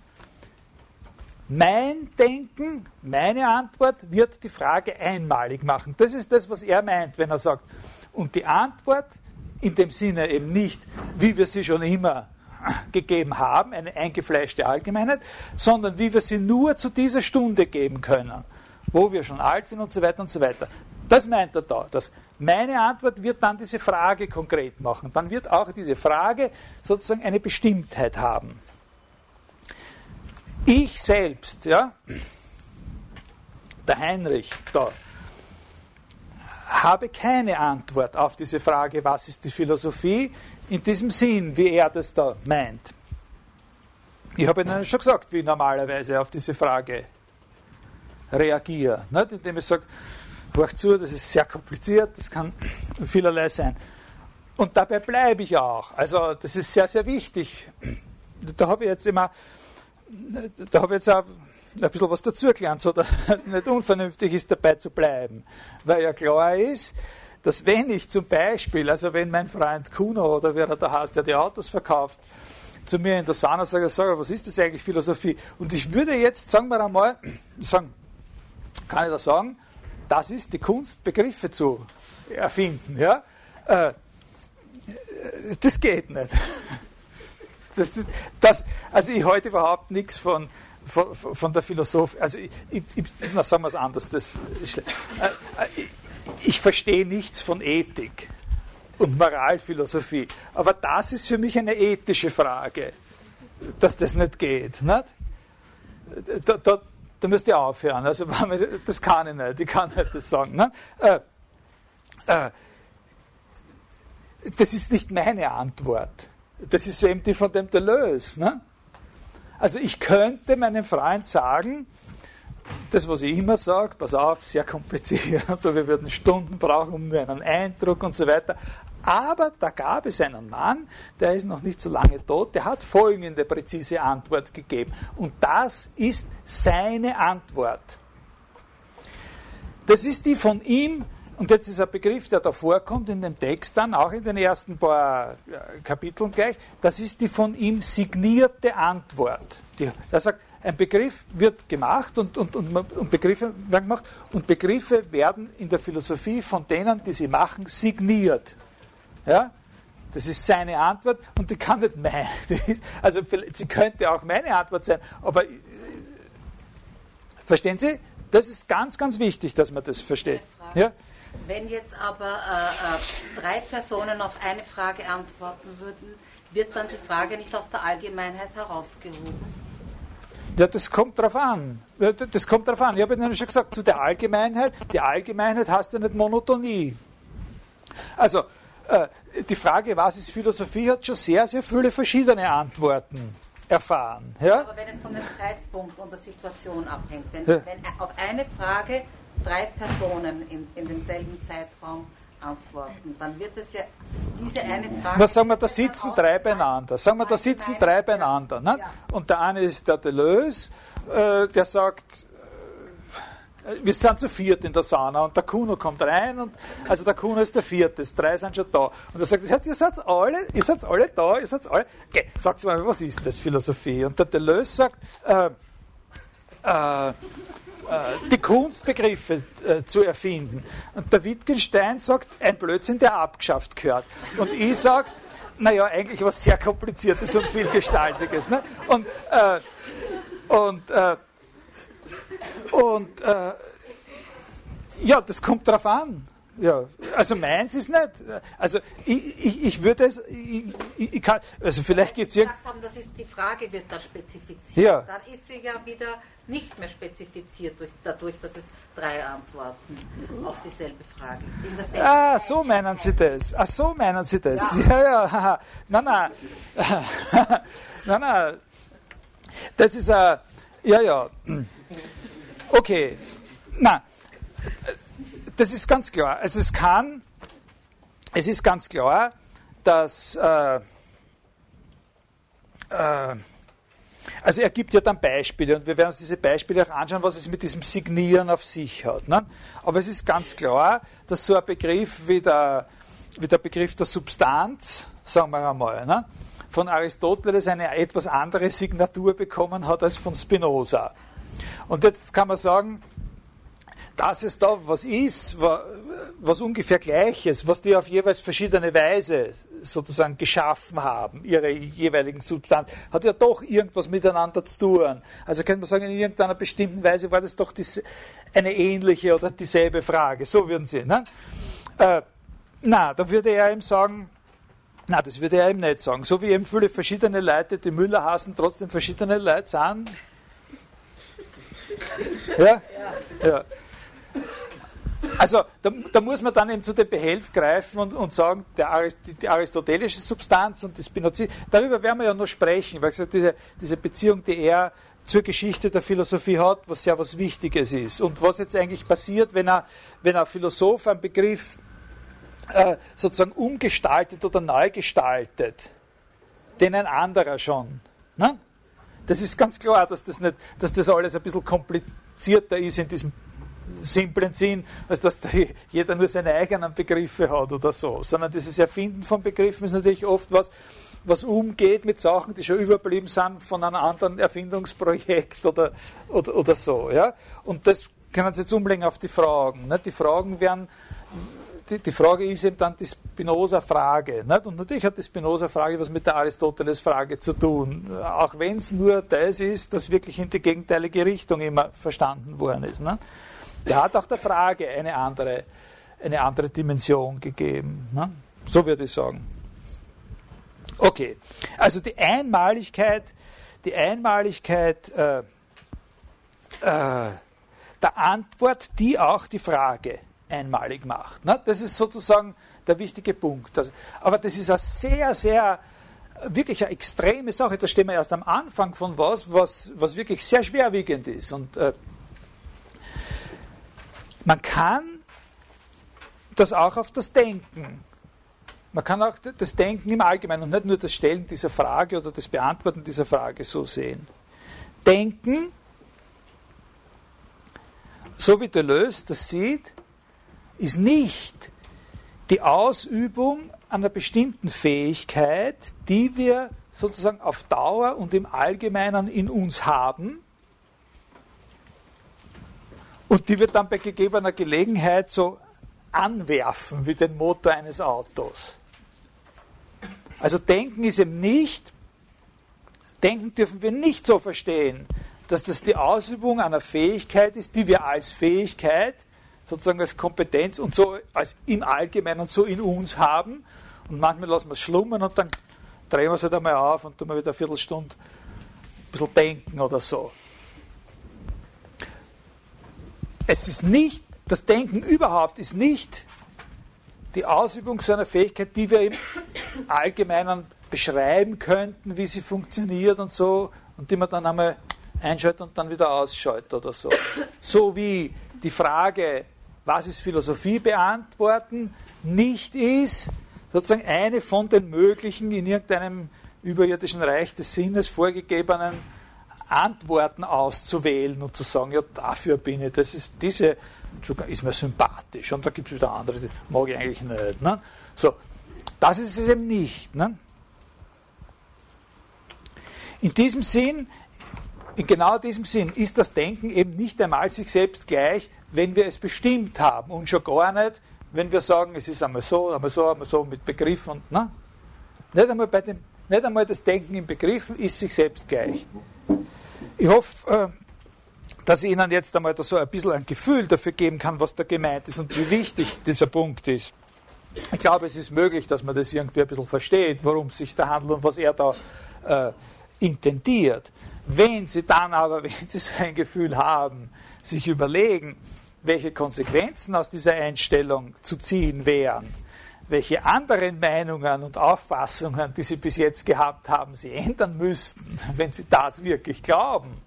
Mein Denken, meine Antwort wird die Frage einmalig machen. Das ist das, was er meint, wenn er sagt, und die Antwort in dem Sinne eben nicht, wie wir sie schon immer gegeben haben, eine eingefleischte Allgemeinheit, sondern wie wir sie nur zu dieser Stunde geben können, wo wir schon alt sind und so weiter und so weiter. Das meint er da. Dass meine Antwort wird dann diese Frage konkret machen. Dann wird auch diese Frage sozusagen eine Bestimmtheit haben. Ich selbst, ja, der Heinrich da, habe keine Antwort auf diese Frage, was ist die Philosophie, in diesem Sinn, wie er das da meint. Ich habe Ihnen schon gesagt, wie ich normalerweise auf diese Frage reagiere, nicht? Indem ich sage, hört zu, das ist sehr kompliziert, das kann vielerlei sein. Und dabei bleibe ich auch. Also das ist sehr, sehr wichtig. Da habe ich jetzt immer, da habe ich jetzt auch ein bisschen was dazugelernt, so dass es nicht unvernünftig ist, dabei zu bleiben. Weil ja klar ist, dass wenn ich zum Beispiel, also wenn mein Freund Kuno oder wer da heißt, der die Autos verkauft, zu mir in der Sauna sagt, sag, was ist das eigentlich Philosophie? Und ich würde jetzt, sagen wir einmal, sagen, kann ich da sagen, das ist die Kunst, Begriffe zu erfinden. Ja? Äh, das geht nicht. Das, das, also ich halte überhaupt nichts von, von, von der Philosophie. Also ich, ich, ich, na, sagen wir es anders. Das, äh, ich, ich verstehe nichts von Ethik und Moralphilosophie. Aber das ist für mich eine ethische Frage, dass das nicht geht. Nicht? Da, da, da müsst ihr aufhören. Also das kann ich nicht. Ich kann nicht das sagen. Nicht? Äh, äh, das ist nicht meine Antwort. Das ist eben die von dem Deleuze. Ne? Also ich könnte meinem Freund sagen, das, was ich immer sage, pass auf, sehr kompliziert, also wir würden Stunden brauchen, um nur einen Eindruck und so weiter. Aber da gab es einen Mann, der ist noch nicht so lange tot, der hat folgende präzise Antwort gegeben. Und das ist seine Antwort. Das ist die von ihm, und jetzt ist ein Begriff, der da vorkommt in dem Text dann, auch in den ersten paar Kapiteln gleich, das ist die von ihm signierte Antwort. Die, er sagt, ein Begriff wird gemacht und, und, und, und Begriffe werden gemacht und Begriffe werden in der Philosophie von denen, die sie machen, signiert. Ja? Das ist seine Antwort und die kann nicht meine. Also sie könnte auch meine Antwort sein, aber verstehen Sie? Das ist ganz, ganz wichtig, dass man das versteht. Ja? Wenn jetzt aber äh, äh, drei Personen auf eine Frage antworten würden, wird dann die Frage nicht aus der Allgemeinheit herausgehoben? Ja, das kommt drauf an. Das kommt drauf an. Ich habe Ihnen schon gesagt, zu der Allgemeinheit, die Allgemeinheit heißt ja nicht Monotonie. Also, äh, die Frage, was ist Philosophie, hat schon sehr, sehr viele verschiedene Antworten erfahren. Ja? Aber wenn es von dem Zeitpunkt und der Situation abhängt, wenn, ja. wenn auf eine Frage drei Personen in, in demselben Zeitraum antworten, dann wird es ja diese eine Frage... Was sagen wir, da sitzen drei beieinander. Sagen wir, da sitzen drei beieinander. Ne? Ja. Und der eine ist der Deleuze, äh, der sagt, äh, wir sind zu viert in der Sauna und der Kuno kommt rein, und also der Kuno ist der vierte, drei sind schon da. Und er sagt, ihr seid alle, ihr seid alle da, ihr seid alle... Okay, sagt mal, was ist das, Philosophie? Und der Deleuze sagt, äh, äh, die Kunstbegriffe äh, zu erfinden. Und der Wittgenstein sagt, ein Blödsinn, der abgeschafft gehört. Und ich sage, naja, eigentlich was sehr Kompliziertes und Vielgestaltiges. Ne? Und, äh, und, äh, und äh, ja, das kommt drauf an. Ja, also meins ist nicht. Also ich, ich, ich würde es, ich, ich kann, also vielleicht gibt es irgend... haben, das ist die Frage wird da spezifiziert. Ja. Dann ist sie ja wieder nicht mehr spezifiziert durch, dadurch, dass es drei Antworten auf dieselbe Frage. Ah, so meinen Sie das. Ach, so meinen Sie das. Ja, ja. ja. Nein, nein. nein, nein. Das ist ein, ja, ja. Okay. Nein. Das ist ganz klar. Also es kann, es ist ganz klar, dass, äh, äh, also er gibt ja dann Beispiele und wir werden uns diese Beispiele auch anschauen, was es mit diesem Signieren auf sich hat. Ne? Aber es ist ganz klar, dass so ein Begriff wie der, wie der Begriff der Substanz, sagen wir einmal, ne, von Aristoteles eine etwas andere Signatur bekommen hat als von Spinoza. Und jetzt kann man sagen, dass es da was ist, was ungefähr Gleiches, was die auf jeweils verschiedene Weise sozusagen geschaffen haben, ihre jeweiligen Substanz, hat ja doch irgendwas miteinander zu tun. Also könnte man sagen, in irgendeiner bestimmten Weise war das doch diese, eine ähnliche oder dieselbe Frage. So würden Sie. Ne? Äh, na, da würde er ihm sagen, na, das würde er ihm nicht sagen. So wie eben viele verschiedene Leute, die Müller hassen, trotzdem verschiedene Leute sind, Ja? Ja. Also da, da muss man dann eben zu dem Behelf greifen und, und sagen, der Arist, die aristotelische Substanz und die Spinozismus, darüber werden wir ja noch sprechen, weil gesagt, diese, diese Beziehung, die er zur Geschichte der Philosophie hat, was sehr was Wichtiges ist. Und was jetzt eigentlich passiert, wenn er, wenn ein Philosoph einen Begriff äh, sozusagen umgestaltet oder neu gestaltet, den ein anderer schon. Ne? Das ist ganz klar, dass das, nicht, dass das alles ein bisschen komplizierter ist in diesem simplen Sinn, als dass jeder nur seine eigenen Begriffe hat oder so, sondern dieses Erfinden von Begriffen ist natürlich oft was, was umgeht mit Sachen, die schon überblieben sind von einem anderen Erfindungsprojekt oder, oder, oder so. Ja? Und das können Sie jetzt umlegen auf die Fragen. Nicht? Die Fragen werden, die, die Frage ist eben dann die Spinoza-Frage. Nicht? Und natürlich hat die Spinoza-Frage was mit der Aristoteles-Frage zu tun, auch wenn es nur das ist, das wirklich in die gegenteilige Richtung immer verstanden worden ist. Nicht? Der hat auch der Frage eine andere, eine andere Dimension gegeben. Ne? So würde ich sagen. Okay, also die Einmaligkeit, die Einmaligkeit äh, äh, der Antwort, die auch die Frage einmalig macht. Ne? Das ist sozusagen der wichtige Punkt. Also, aber das ist eine sehr, sehr, wirklich eine extreme Sache. Da stehen wir erst am Anfang von was, was, was wirklich sehr schwerwiegend ist. Und äh, man kann das auch auf das Denken, man kann auch das Denken im Allgemeinen und nicht nur das Stellen dieser Frage oder das Beantworten dieser Frage so sehen. Denken, so wie Deleuze das sieht, ist nicht die Ausübung einer bestimmten Fähigkeit, die wir sozusagen auf Dauer und im Allgemeinen in uns haben, und die wir dann bei gegebener Gelegenheit so anwerfen wie den Motor eines Autos. Also Denken ist eben nicht, Denken dürfen wir nicht so verstehen, dass das die Ausübung einer Fähigkeit ist, die wir als Fähigkeit, sozusagen als Kompetenz und so als im Allgemeinen so in uns haben. Und manchmal lassen wir es schlummern und dann drehen wir es halt einmal auf und tun wir wieder eine Viertelstunde ein bisschen denken oder so. Es ist nicht, das Denken überhaupt ist nicht die Ausübung so einer Fähigkeit, die wir im Allgemeinen beschreiben könnten, wie sie funktioniert und so, und die man dann einmal einschaltet und dann wieder ausschaltet oder so. So wie die Frage, was ist Philosophie, beantworten, nicht ist, sozusagen eine von den möglichen, in irgendeinem überirdischen Reich des Sinnes vorgegebenen Antworten auszuwählen und zu sagen, ja, dafür bin ich, das ist, diese ist mir sympathisch, und da gibt es wieder andere, die mag ich eigentlich nicht. Ne? So, das ist es eben nicht. Ne? In diesem Sinn, in genau diesem Sinn, ist das Denken eben nicht einmal sich selbst gleich, wenn wir es bestimmt haben, und schon gar nicht, wenn wir sagen, es ist einmal so, einmal so, einmal so mit Begriffen. Und, ne? nicht, einmal bei dem, nicht einmal das Denken in Begriffen ist sich selbst gleich. Ich hoffe, dass ich Ihnen jetzt einmal da so ein bisschen ein Gefühl dafür geben kann, was da gemeint ist und wie wichtig dieser Punkt ist. Ich glaube, es ist möglich, dass man das irgendwie ein bisschen versteht, worum es sich da handelt und was er da äh, intendiert. Wenn Sie dann aber, wenn Sie so ein Gefühl haben, sich überlegen, welche Konsequenzen aus dieser Einstellung zu ziehen wären, welche anderen Meinungen und Auffassungen, die Sie bis jetzt gehabt haben, Sie ändern müssten, wenn Sie das wirklich glauben,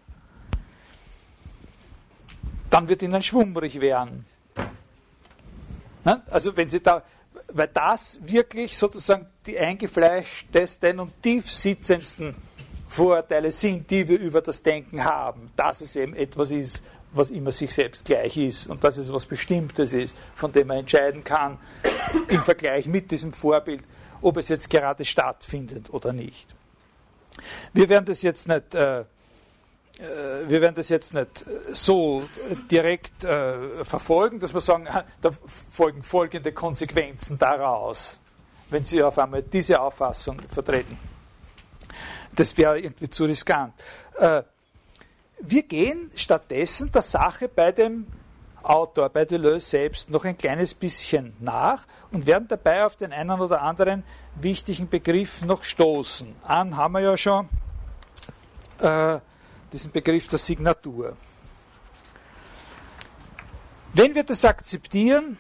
dann wird Ihnen schwummrig werden. Also wenn Sie da, weil das wirklich sozusagen die eingefleischtesten und tiefsitzendsten Vorurteile sind, die wir über das Denken haben, dass es eben etwas ist, was immer sich selbst gleich ist und dass es was Bestimmtes ist, von dem man entscheiden kann, im Vergleich mit diesem Vorbild, ob es jetzt gerade stattfindet oder nicht. Wir werden das jetzt nicht, äh, wir werden das jetzt nicht so direkt äh, verfolgen, dass wir sagen, da folgen folgende Konsequenzen daraus, wenn Sie auf einmal diese Auffassung vertreten. Das wäre irgendwie zu riskant. Äh, Wir gehen stattdessen der Sache bei dem Autor, bei Deleuze selbst, noch ein kleines bisschen nach und werden dabei auf den einen oder anderen wichtigen Begriff noch stoßen. An haben wir ja schon äh, diesen Begriff der Signatur. Wenn wir das akzeptieren,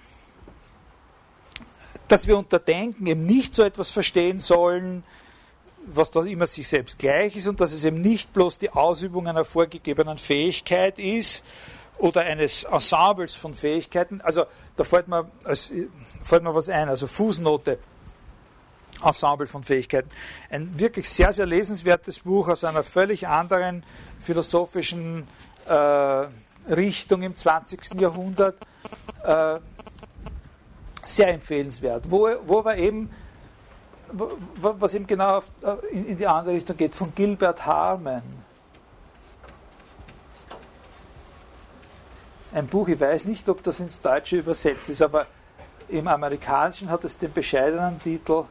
dass wir unter Denken eben nicht so etwas verstehen sollen, was da immer sich selbst gleich ist und dass es eben nicht bloß die Ausübung einer vorgegebenen Fähigkeit ist oder eines Ensembles von Fähigkeiten. Also da fällt mir, als, fällt mir was ein, also Fußnote, Ensemble von Fähigkeiten. Ein wirklich sehr, sehr lesenswertes Buch aus einer völlig anderen philosophischen äh, Richtung im zwanzigsten Jahrhundert. Äh, sehr empfehlenswert, wo, wo wir eben, wo, was eben genau auf, in, in die andere Richtung geht, von Gilbert Harman. Ein Buch, ich weiß nicht, ob das ins Deutsche übersetzt ist, aber im Amerikanischen hat es den bescheidenen Titel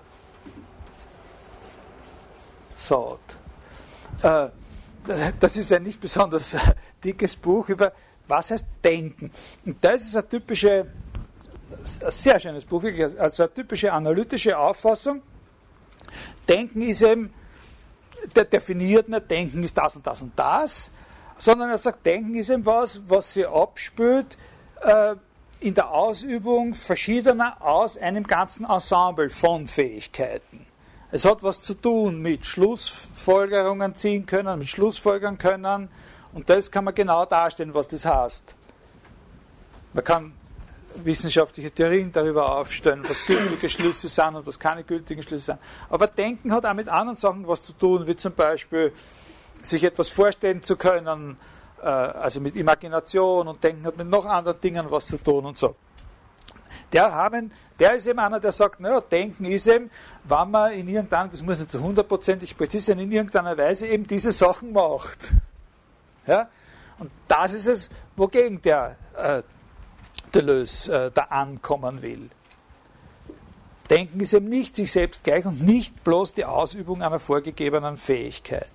Thought. Äh, das ist ein nicht besonders dickes Buch über, was heißt Denken. Und das ist eine typische, ein sehr schönes Buch, wirklich, also eine typische analytische Auffassung. Denken ist eben, der definiert nicht, Denken ist das und das und das, sondern er sagt, Denken ist eben was, was sich abspült äh, in der Ausübung verschiedener aus einem ganzen Ensemble von Fähigkeiten. Es hat was zu tun mit Schlussfolgerungen ziehen können, mit Schlussfolgern können, und das kann man genau darstellen, was das heißt. Man kann wissenschaftliche Theorien darüber aufstellen, was gültige Schlüsse sind und was keine gültigen Schlüsse sind. Aber Denken hat auch mit anderen Sachen was zu tun, wie zum Beispiel sich etwas vorstellen zu können, äh, also mit Imagination, und Denken hat mit noch anderen Dingen was zu tun und so. Der, haben, der ist eben einer, der sagt, naja, Denken ist eben, wenn man in irgendeiner, das muss nicht so hundertprozentig präzise sein, in irgendeiner Weise eben diese Sachen macht. Ja? Und das ist es, wogegen der äh, Deleuze äh, da ankommen will. Denken ist eben nicht sich selbst gleich und nicht bloß die Ausübung einer vorgegebenen Fähigkeit.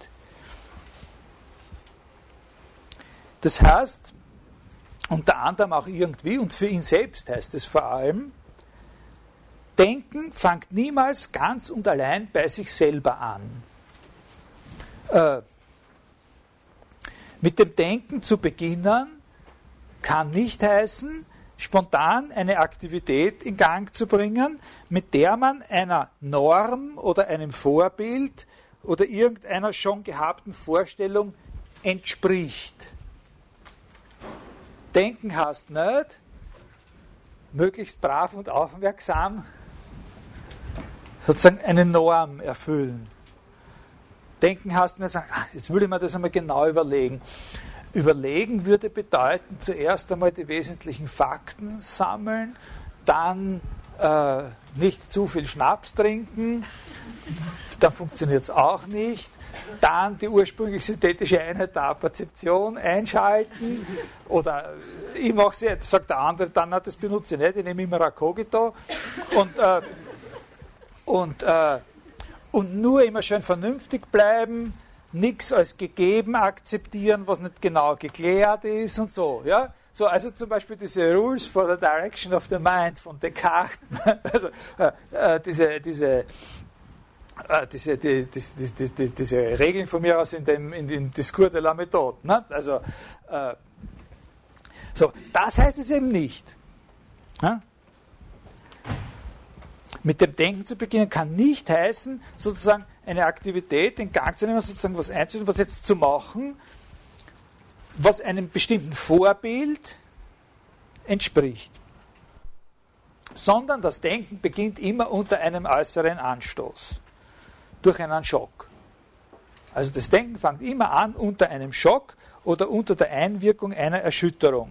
Das heißt, unter anderem auch irgendwie, und für ihn selbst heißt es vor allem, Denken fängt niemals ganz und allein bei sich selber an. Äh, mit dem Denken zu beginnen kann nicht heißen, spontan eine Aktivität in Gang zu bringen, mit der man einer Norm oder einem Vorbild oder irgendeiner schon gehabten Vorstellung entspricht. Denken heißt nicht, möglichst brav und aufmerksam sozusagen eine Norm erfüllen. Denken heißt nicht sagen, ach, jetzt will ich mir das einmal genau überlegen. Überlegen würde bedeuten, zuerst einmal die wesentlichen Fakten sammeln, dann äh, nicht zu viel Schnaps trinken, dann funktioniert es auch nicht, dann die ursprünglich synthetische Einheit der Perzeption einschalten, oder ich mache sie, sagt der andere, dann das benutze ich nicht, ich nehme immer ein Cogito, und, äh, und, äh, und nur immer schön vernünftig bleiben, nichts als gegeben akzeptieren, was nicht genau geklärt ist und so. Ja? So, also zum Beispiel diese Rules for the Direction of the Mind von Descartes, also äh, äh, diese, diese, äh, diese, die, die, die, die, diese Regeln von mir aus in dem, in dem Discours de la Méthode. Ne? Also, äh, so, das heißt es eben nicht. Ja? Mit dem Denken zu beginnen kann nicht heißen, sozusagen eine Aktivität in Gang zu nehmen, sozusagen was einzustellen, was jetzt zu machen, was einem bestimmten Vorbild entspricht. Sondern das Denken beginnt immer unter einem äußeren Anstoß, durch einen Schock. Also das Denken fängt immer an unter einem Schock oder unter der Einwirkung einer Erschütterung.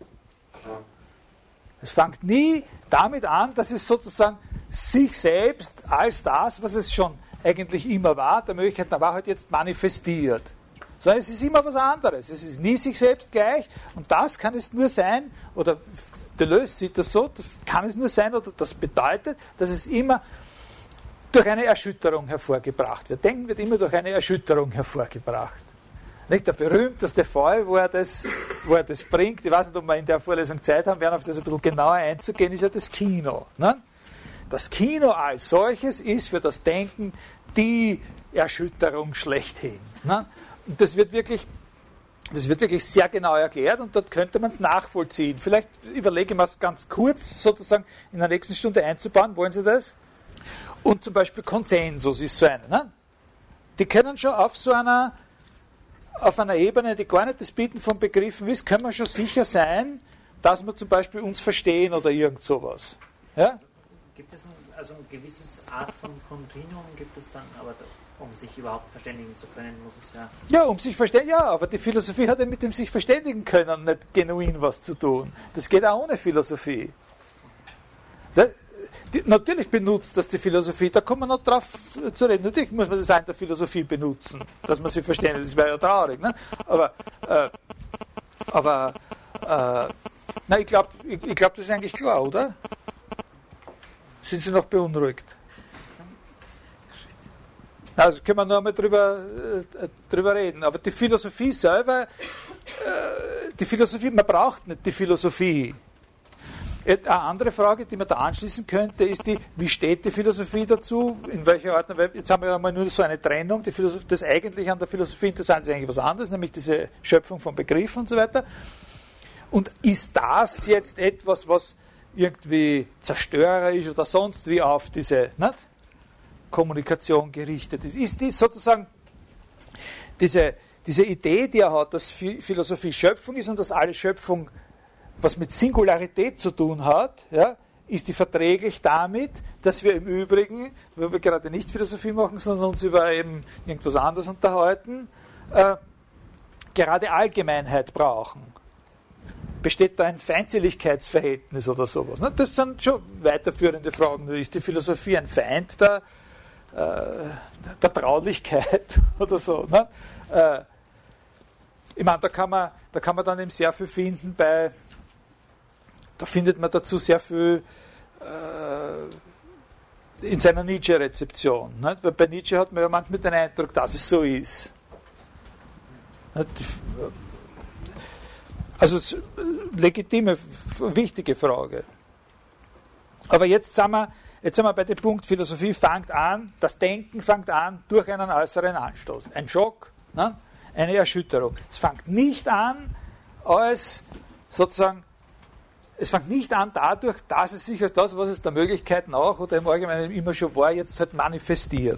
Es fängt nie damit an, dass es sozusagen sich selbst als das, was es schon eigentlich immer war, der Möglichkeit der Wahrheit jetzt manifestiert. Sondern es ist immer was anderes. Es ist nie sich selbst gleich, und das kann es nur sein, oder Deleuze sieht das so, das kann es nur sein, oder das bedeutet, dass es immer durch eine Erschütterung hervorgebracht wird. Denken wird immer durch eine Erschütterung hervorgebracht. Nicht der berühmteste Fall, wo er, das, wo er das bringt, ich weiß nicht, ob wir in der Vorlesung Zeit haben werden, auf das ein bisschen genauer einzugehen, ist ja das Kino. Ne? Das Kino als solches ist für das Denken die Erschütterung schlechthin. Ne? Und das wird wirklich Das wird wirklich sehr genau erklärt und dort könnte man es nachvollziehen. Vielleicht überlege ich mir es ganz kurz sozusagen in der nächsten Stunde einzubauen. Wollen Sie das? Und zum Beispiel Konsensus ist so eine. Ne? Die können schon auf so einer, auf einer Ebene, die gar nicht das Bieten von Begriffen ist, können wir schon sicher sein, dass wir zum Beispiel uns verstehen oder irgend sowas. Ja? Gibt es ein, also eine gewisse Art von Kontinuum, gibt es dann, aber um sich überhaupt verständigen zu können, muss es ja... Ja, um sich verständigen, ja, aber die Philosophie hat ja mit dem sich verständigen können nicht genuin was zu tun. Das geht auch ohne Philosophie. Das, die, natürlich benutzt das die Philosophie, da kommt man noch drauf zu reden. Natürlich muss man das auch in der Philosophie benutzen, dass man sich verständigt, das wäre ja traurig. Ne? Aber, äh, aber äh, na, ich glaube, ich, ich glaub, das ist eigentlich klar, oder? Sind Sie noch beunruhigt? Also können wir noch einmal drüber, äh, drüber reden. Aber die Philosophie selber, äh, die Philosophie, man braucht nicht die Philosophie. Eine andere Frage, die man da anschließen könnte, ist die, wie steht die Philosophie dazu? In welcher Art und Weise? Jetzt haben wir ja mal nur so eine Trennung. Die Philosophie, das eigentlich an der Philosophie interessant ist eigentlich was anderes, nämlich diese Schöpfung von Begriffen und so weiter. Und ist das jetzt etwas, was irgendwie zerstörerisch oder sonst wie auf diese, nicht? Kommunikation gerichtet ist? Ist dies sozusagen diese, diese Idee, die er hat, dass Philosophie Schöpfung ist und dass alle Schöpfung was mit Singularität zu tun hat, ja, ist die verträglich damit, dass wir im Übrigen, wenn wir gerade nicht Philosophie machen, sondern uns über eben irgendwas anderes unterhalten, äh, gerade Allgemeinheit brauchen? Besteht da ein Feindseligkeitsverhältnis oder sowas? Ne? Das sind schon weiterführende Fragen. Ist die Philosophie ein Feind der, äh, der Traulichkeit oder so? Ne? Äh, ich meine, da kann man, da kann man dann eben sehr viel finden bei, da findet man dazu sehr viel äh, in seiner Nietzsche-Rezeption. Ne? Weil bei Nietzsche hat man ja manchmal den Eindruck, dass es so ist. Ne? Also legitime, wichtige Frage. Aber jetzt sind, wir, jetzt sind wir bei dem Punkt, Philosophie fängt an, das Denken fängt an durch einen äußeren Anstoß. Ein Schock, ne? Eine Erschütterung. Es fängt nicht an als sozusagen, es fängt nicht an dadurch, dass es sich als das, was es der Möglichkeit nach oder im Allgemeinen immer schon war, jetzt halt manifestiert.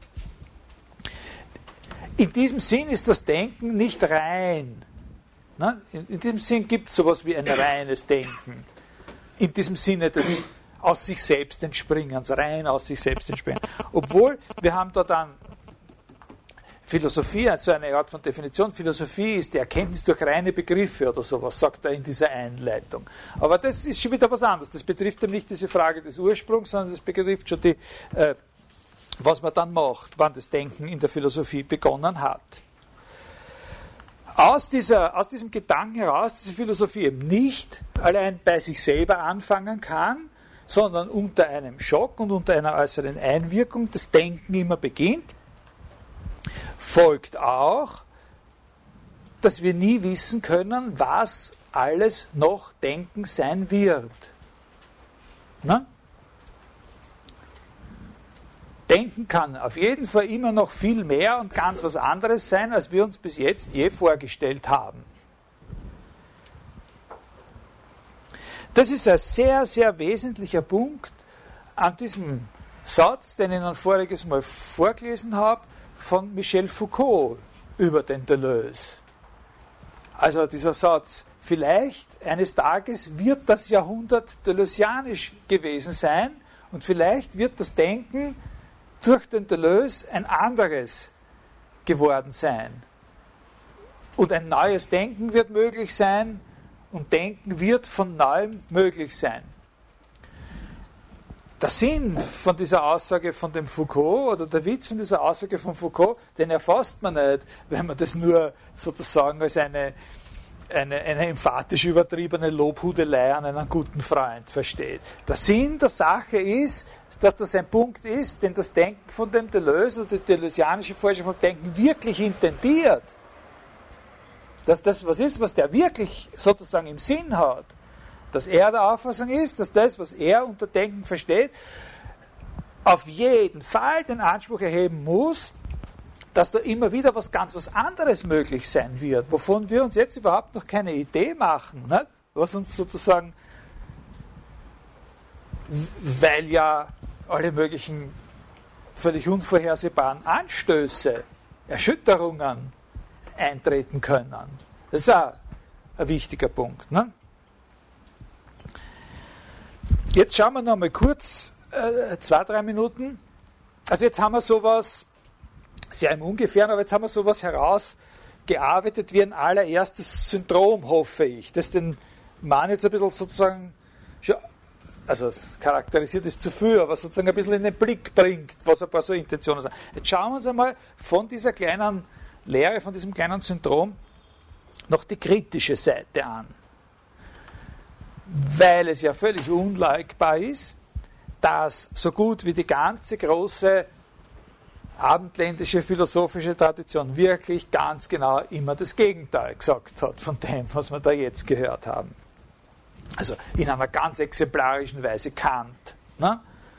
In diesem Sinn ist das Denken nicht rein. Ne? In, in diesem Sinn gibt es sowas wie ein reines Denken. In diesem Sinne des aus sich selbst entspringens, rein aus sich selbst entspringen. Obwohl, wir haben da dann Philosophie, also eine Art von Definition. Philosophie ist die Erkenntnis durch reine Begriffe oder sowas, sagt er in dieser Einleitung. Aber das ist schon wieder was anderes. Das betrifft eben nicht diese Frage des Ursprungs, sondern das betrifft schon die, äh, was man dann macht, wann das Denken in der Philosophie begonnen hat. Aus, dieser, aus diesem Gedanken heraus, dass die Philosophie eben nicht allein bei sich selber anfangen kann, sondern unter einem Schock und unter einer äußeren Einwirkung das Denken immer beginnt, folgt auch, dass wir nie wissen können, was alles noch Denken sein wird. Na? Denken kann auf jeden Fall immer noch viel mehr und ganz was anderes sein, als wir uns bis jetzt je vorgestellt haben. Das ist ein sehr, sehr wesentlicher Punkt an diesem Satz, den ich Ihnen voriges Mal vorgelesen habe, von Michel Foucault über den Deleuze. Also dieser Satz, vielleicht eines Tages wird das Jahrhundert deleuzianisch gewesen sein und vielleicht wird das Denken durch den Deleuze ein anderes geworden sein. Und ein neues Denken wird möglich sein und Denken wird von Neuem möglich sein. Der Sinn von dieser Aussage von dem Foucault oder der Witz von dieser Aussage von Foucault, den erfasst man nicht, wenn man das nur sozusagen als eine, eine, eine emphatisch übertriebene Lobhudelei an einen guten Freund versteht. Der Sinn der Sache ist, dass das ein Punkt ist, den das Denken von dem Deleuze oder die deleuzianische Forschung von Denken wirklich intendiert. Dass das was ist, was der wirklich sozusagen im Sinn hat. Dass er der Auffassung ist, dass das, was er unter Denken versteht, auf jeden Fall den Anspruch erheben muss, dass da immer wieder was ganz was anderes möglich sein wird, wovon wir uns jetzt überhaupt noch keine Idee machen, nicht? Was uns sozusagen, weil ja alle möglichen völlig unvorhersehbaren Anstöße, Erschütterungen eintreten können. Das ist auch ein wichtiger Punkt. Ne? Jetzt schauen wir noch mal kurz, äh, zwei, drei Minuten. Also jetzt haben wir sowas, sehr im Ungefähren, aber jetzt haben wir sowas herausgearbeitet wie ein allererstes Syndrom, hoffe ich, das den Mann jetzt ein bisschen sozusagen, also charakterisiert ist zu viel, aber sozusagen ein bisschen in den Blick bringt, was ein paar so Intentionen sind. Jetzt schauen wir uns einmal von dieser kleinen Lehre, von diesem kleinen Syndrom noch die kritische Seite an. Weil es ja völlig unleugbar ist, dass so gut wie die ganze große abendländische philosophische Tradition wirklich ganz genau immer das Gegenteil gesagt hat von dem, was wir da jetzt gehört haben. Also in einer ganz exemplarischen Weise Kant. Ne?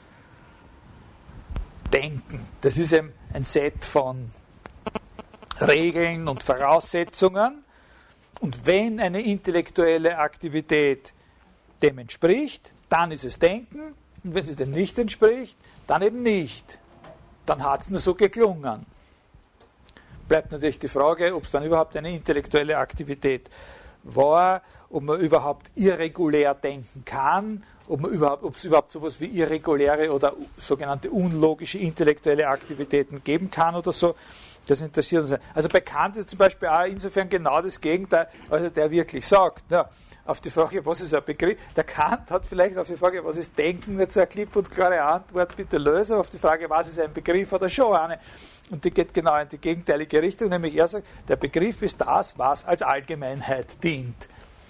Denken, das ist eben ein Set von Regeln und Voraussetzungen, und wenn eine intellektuelle Aktivität dem entspricht, dann ist es Denken, und wenn sie dem nicht entspricht, dann eben nicht. Dann hat es nur so geklungen. Bleibt natürlich die Frage, ob es dann überhaupt eine intellektuelle Aktivität war, ob man überhaupt irregulär denken kann, ob man überhaupt, ob es überhaupt so etwas wie irreguläre oder sogenannte unlogische intellektuelle Aktivitäten geben kann oder so. Das interessiert uns. Also bei Kant ist zum Beispiel auch insofern genau das Gegenteil, also der wirklich sagt, ja, auf die Frage, was ist ein Begriff, der Kant hat vielleicht auf die Frage, was ist Denken, nicht so eine klipp und klare Antwort, bitte löse. Auf die Frage, was ist ein Begriff, hat er schon eine. Und die geht genau in die gegenteilige Richtung, nämlich er sagt, der Begriff ist das, was als Allgemeinheit dient.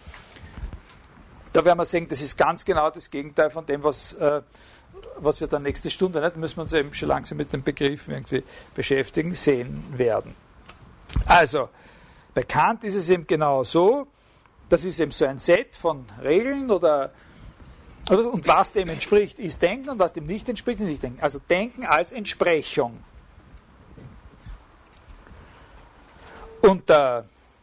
Da werden wir sehen, das ist ganz genau das Gegenteil von dem, was, äh, was wir dann nächste Stunde, nicht, müssen wir uns eben schon langsam mit den Begriffen irgendwie beschäftigen, sehen werden. Also, bei Kant ist es eben genau so, das ist eben so ein Set von Regeln oder, oder und was dem entspricht, ist Denken, und was dem nicht entspricht, ist nicht Denken. Also Denken als Entsprechung. Und äh,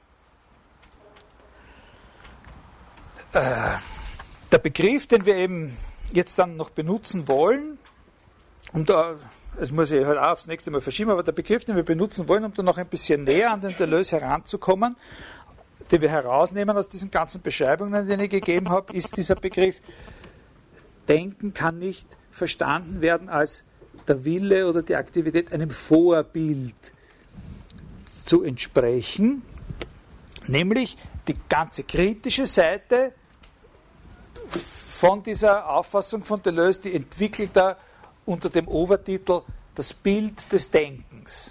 äh, der Begriff, den wir eben jetzt dann noch benutzen wollen, um da, das muss ich halt auch aufs nächste Mal verschieben, aber der Begriff, den wir benutzen wollen, um da noch ein bisschen näher an den Deleuze heranzukommen, den wir herausnehmen aus diesen ganzen Beschreibungen, die ich gegeben habe, ist dieser Begriff, Denken kann nicht verstanden werden als der Wille oder die Aktivität einem Vorbild zu entsprechen, nämlich die ganze kritische Seite von dieser Auffassung von Deleuze, die entwickelt er unter dem Obertitel Das Bild des Denkens.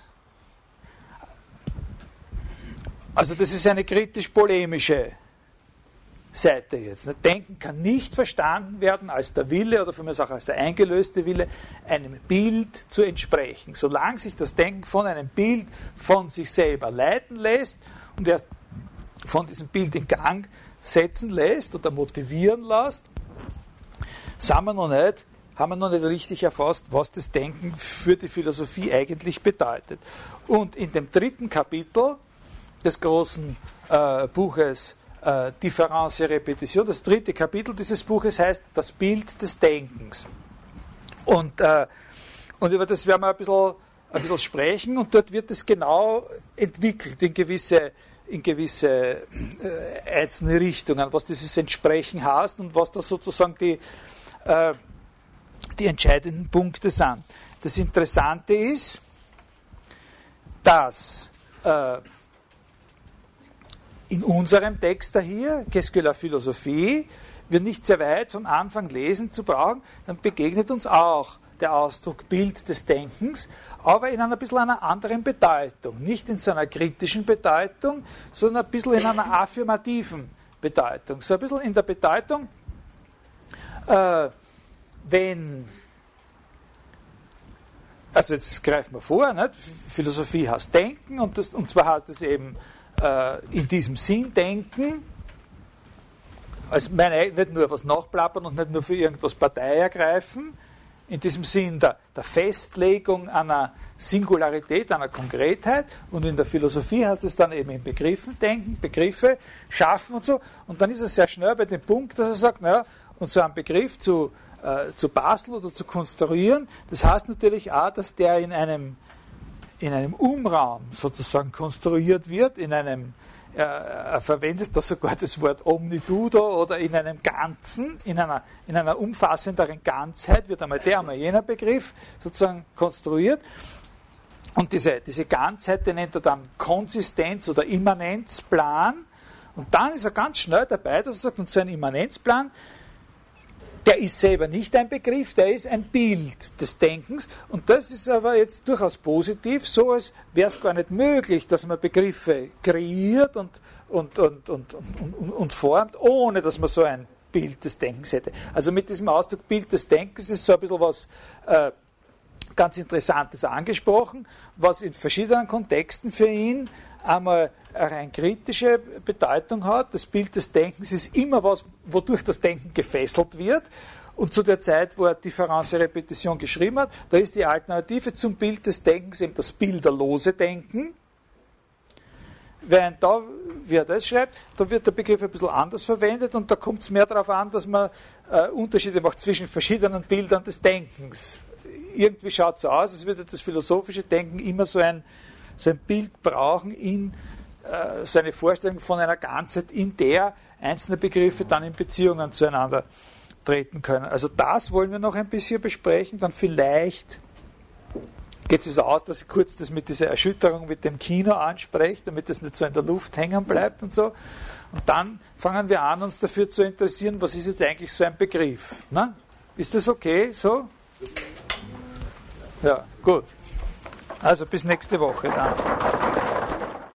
Also das ist eine kritisch-polemische Seite jetzt. Denken kann nicht verstanden werden als der Wille oder von mir auch als der eingelöste Wille, einem Bild zu entsprechen. Solange sich das Denken von einem Bild von sich selber leiten lässt und erst von diesem Bild in Gang setzen lässt oder motivieren lässt, sind wir noch nicht, haben wir noch nicht richtig erfasst, was das Denken für die Philosophie eigentlich bedeutet. Und in dem dritten Kapitel des großen äh, Buches äh, Différence et Repetition, das dritte Kapitel dieses Buches heißt Das Bild des Denkens. Und, äh, und über das werden wir ein bisschen, ein bisschen sprechen, und dort wird es genau entwickelt in gewisse, in gewisse äh, einzelne Richtungen, was dieses Entsprechen heißt und was da sozusagen die, äh, die entscheidenden Punkte sind. Das Interessante ist, dass äh, in unserem Text da hier, Qu'est-ce que la Philosophie, wir nicht sehr weit vom Anfang lesen zu brauchen, dann begegnet uns auch der Ausdruck Bild des Denkens, aber in einer bisschen einer anderen Bedeutung. Nicht in so einer kritischen Bedeutung, sondern ein bisschen in einer affirmativen Bedeutung. So ein bisschen in der Bedeutung, äh, wenn, also jetzt greifen wir vor, nicht? Philosophie heißt Denken, und, das, und zwar heißt es eben in diesem Sinn denken, also meine, nicht nur was nachplappern und nicht nur für irgendwas Partei ergreifen, in diesem Sinn der, der Festlegung einer Singularität, einer Konkretheit, und in der Philosophie heißt es dann eben in Begriffen denken, Begriffe schaffen und so, und dann ist er sehr schnell bei dem Punkt, dass er sagt, naja, und so einen Begriff zu, äh, zu basteln oder zu konstruieren, das heißt natürlich auch, dass der in einem, in einem Umraum sozusagen konstruiert wird, in einem Er verwendet da sogar das Wort Omnidudo oder in einem Ganzen, in einer, in einer umfassenderen Ganzheit wird einmal der, einmal jener Begriff sozusagen konstruiert. Und diese, diese Ganzheit, die nennt er dann Konsistenz- oder Immanenzplan. Und dann ist er ganz schnell dabei, dass er sagt, und so ein Immanenzplan, der ist selber nicht ein Begriff, der ist ein Bild des Denkens. Und das ist aber jetzt durchaus positiv, so als wäre es gar nicht möglich, dass man Begriffe kreiert und, und, und, und, und, und formt, ohne dass man so ein Bild des Denkens hätte. Also mit diesem Ausdruck Bild des Denkens ist so ein bisschen was äh, ganz Interessantes angesprochen, was in verschiedenen Kontexten für ihn einmal eine rein kritische Bedeutung hat. Das Bild des Denkens ist immer was, wodurch das Denken gefesselt wird. Und zu der Zeit, wo er Differenz et Repetition geschrieben hat, da ist die Alternative zum Bild des Denkens eben das bilderlose Denken. Während da, wie er das schreibt, da wird der Begriff ein bisschen anders verwendet und da kommt es mehr darauf an, dass man äh, Unterschiede macht zwischen verschiedenen Bildern des Denkens. Irgendwie schaut es so aus, als würde das philosophische Denken immer so ein so ein Bild brauchen, in äh, so eine Vorstellung von einer Ganzheit, in der einzelne Begriffe dann in Beziehungen zueinander treten können. Also das wollen wir noch ein bisschen besprechen, dann vielleicht geht es aus, dass ich kurz das mit dieser Erschütterung mit dem Kino anspreche, damit das nicht so in der Luft hängen bleibt und so. Und dann fangen wir an, uns dafür zu interessieren, was ist jetzt eigentlich so ein Begriff. Na? Ist das okay so? Ja, gut. Also bis nächste Woche dann.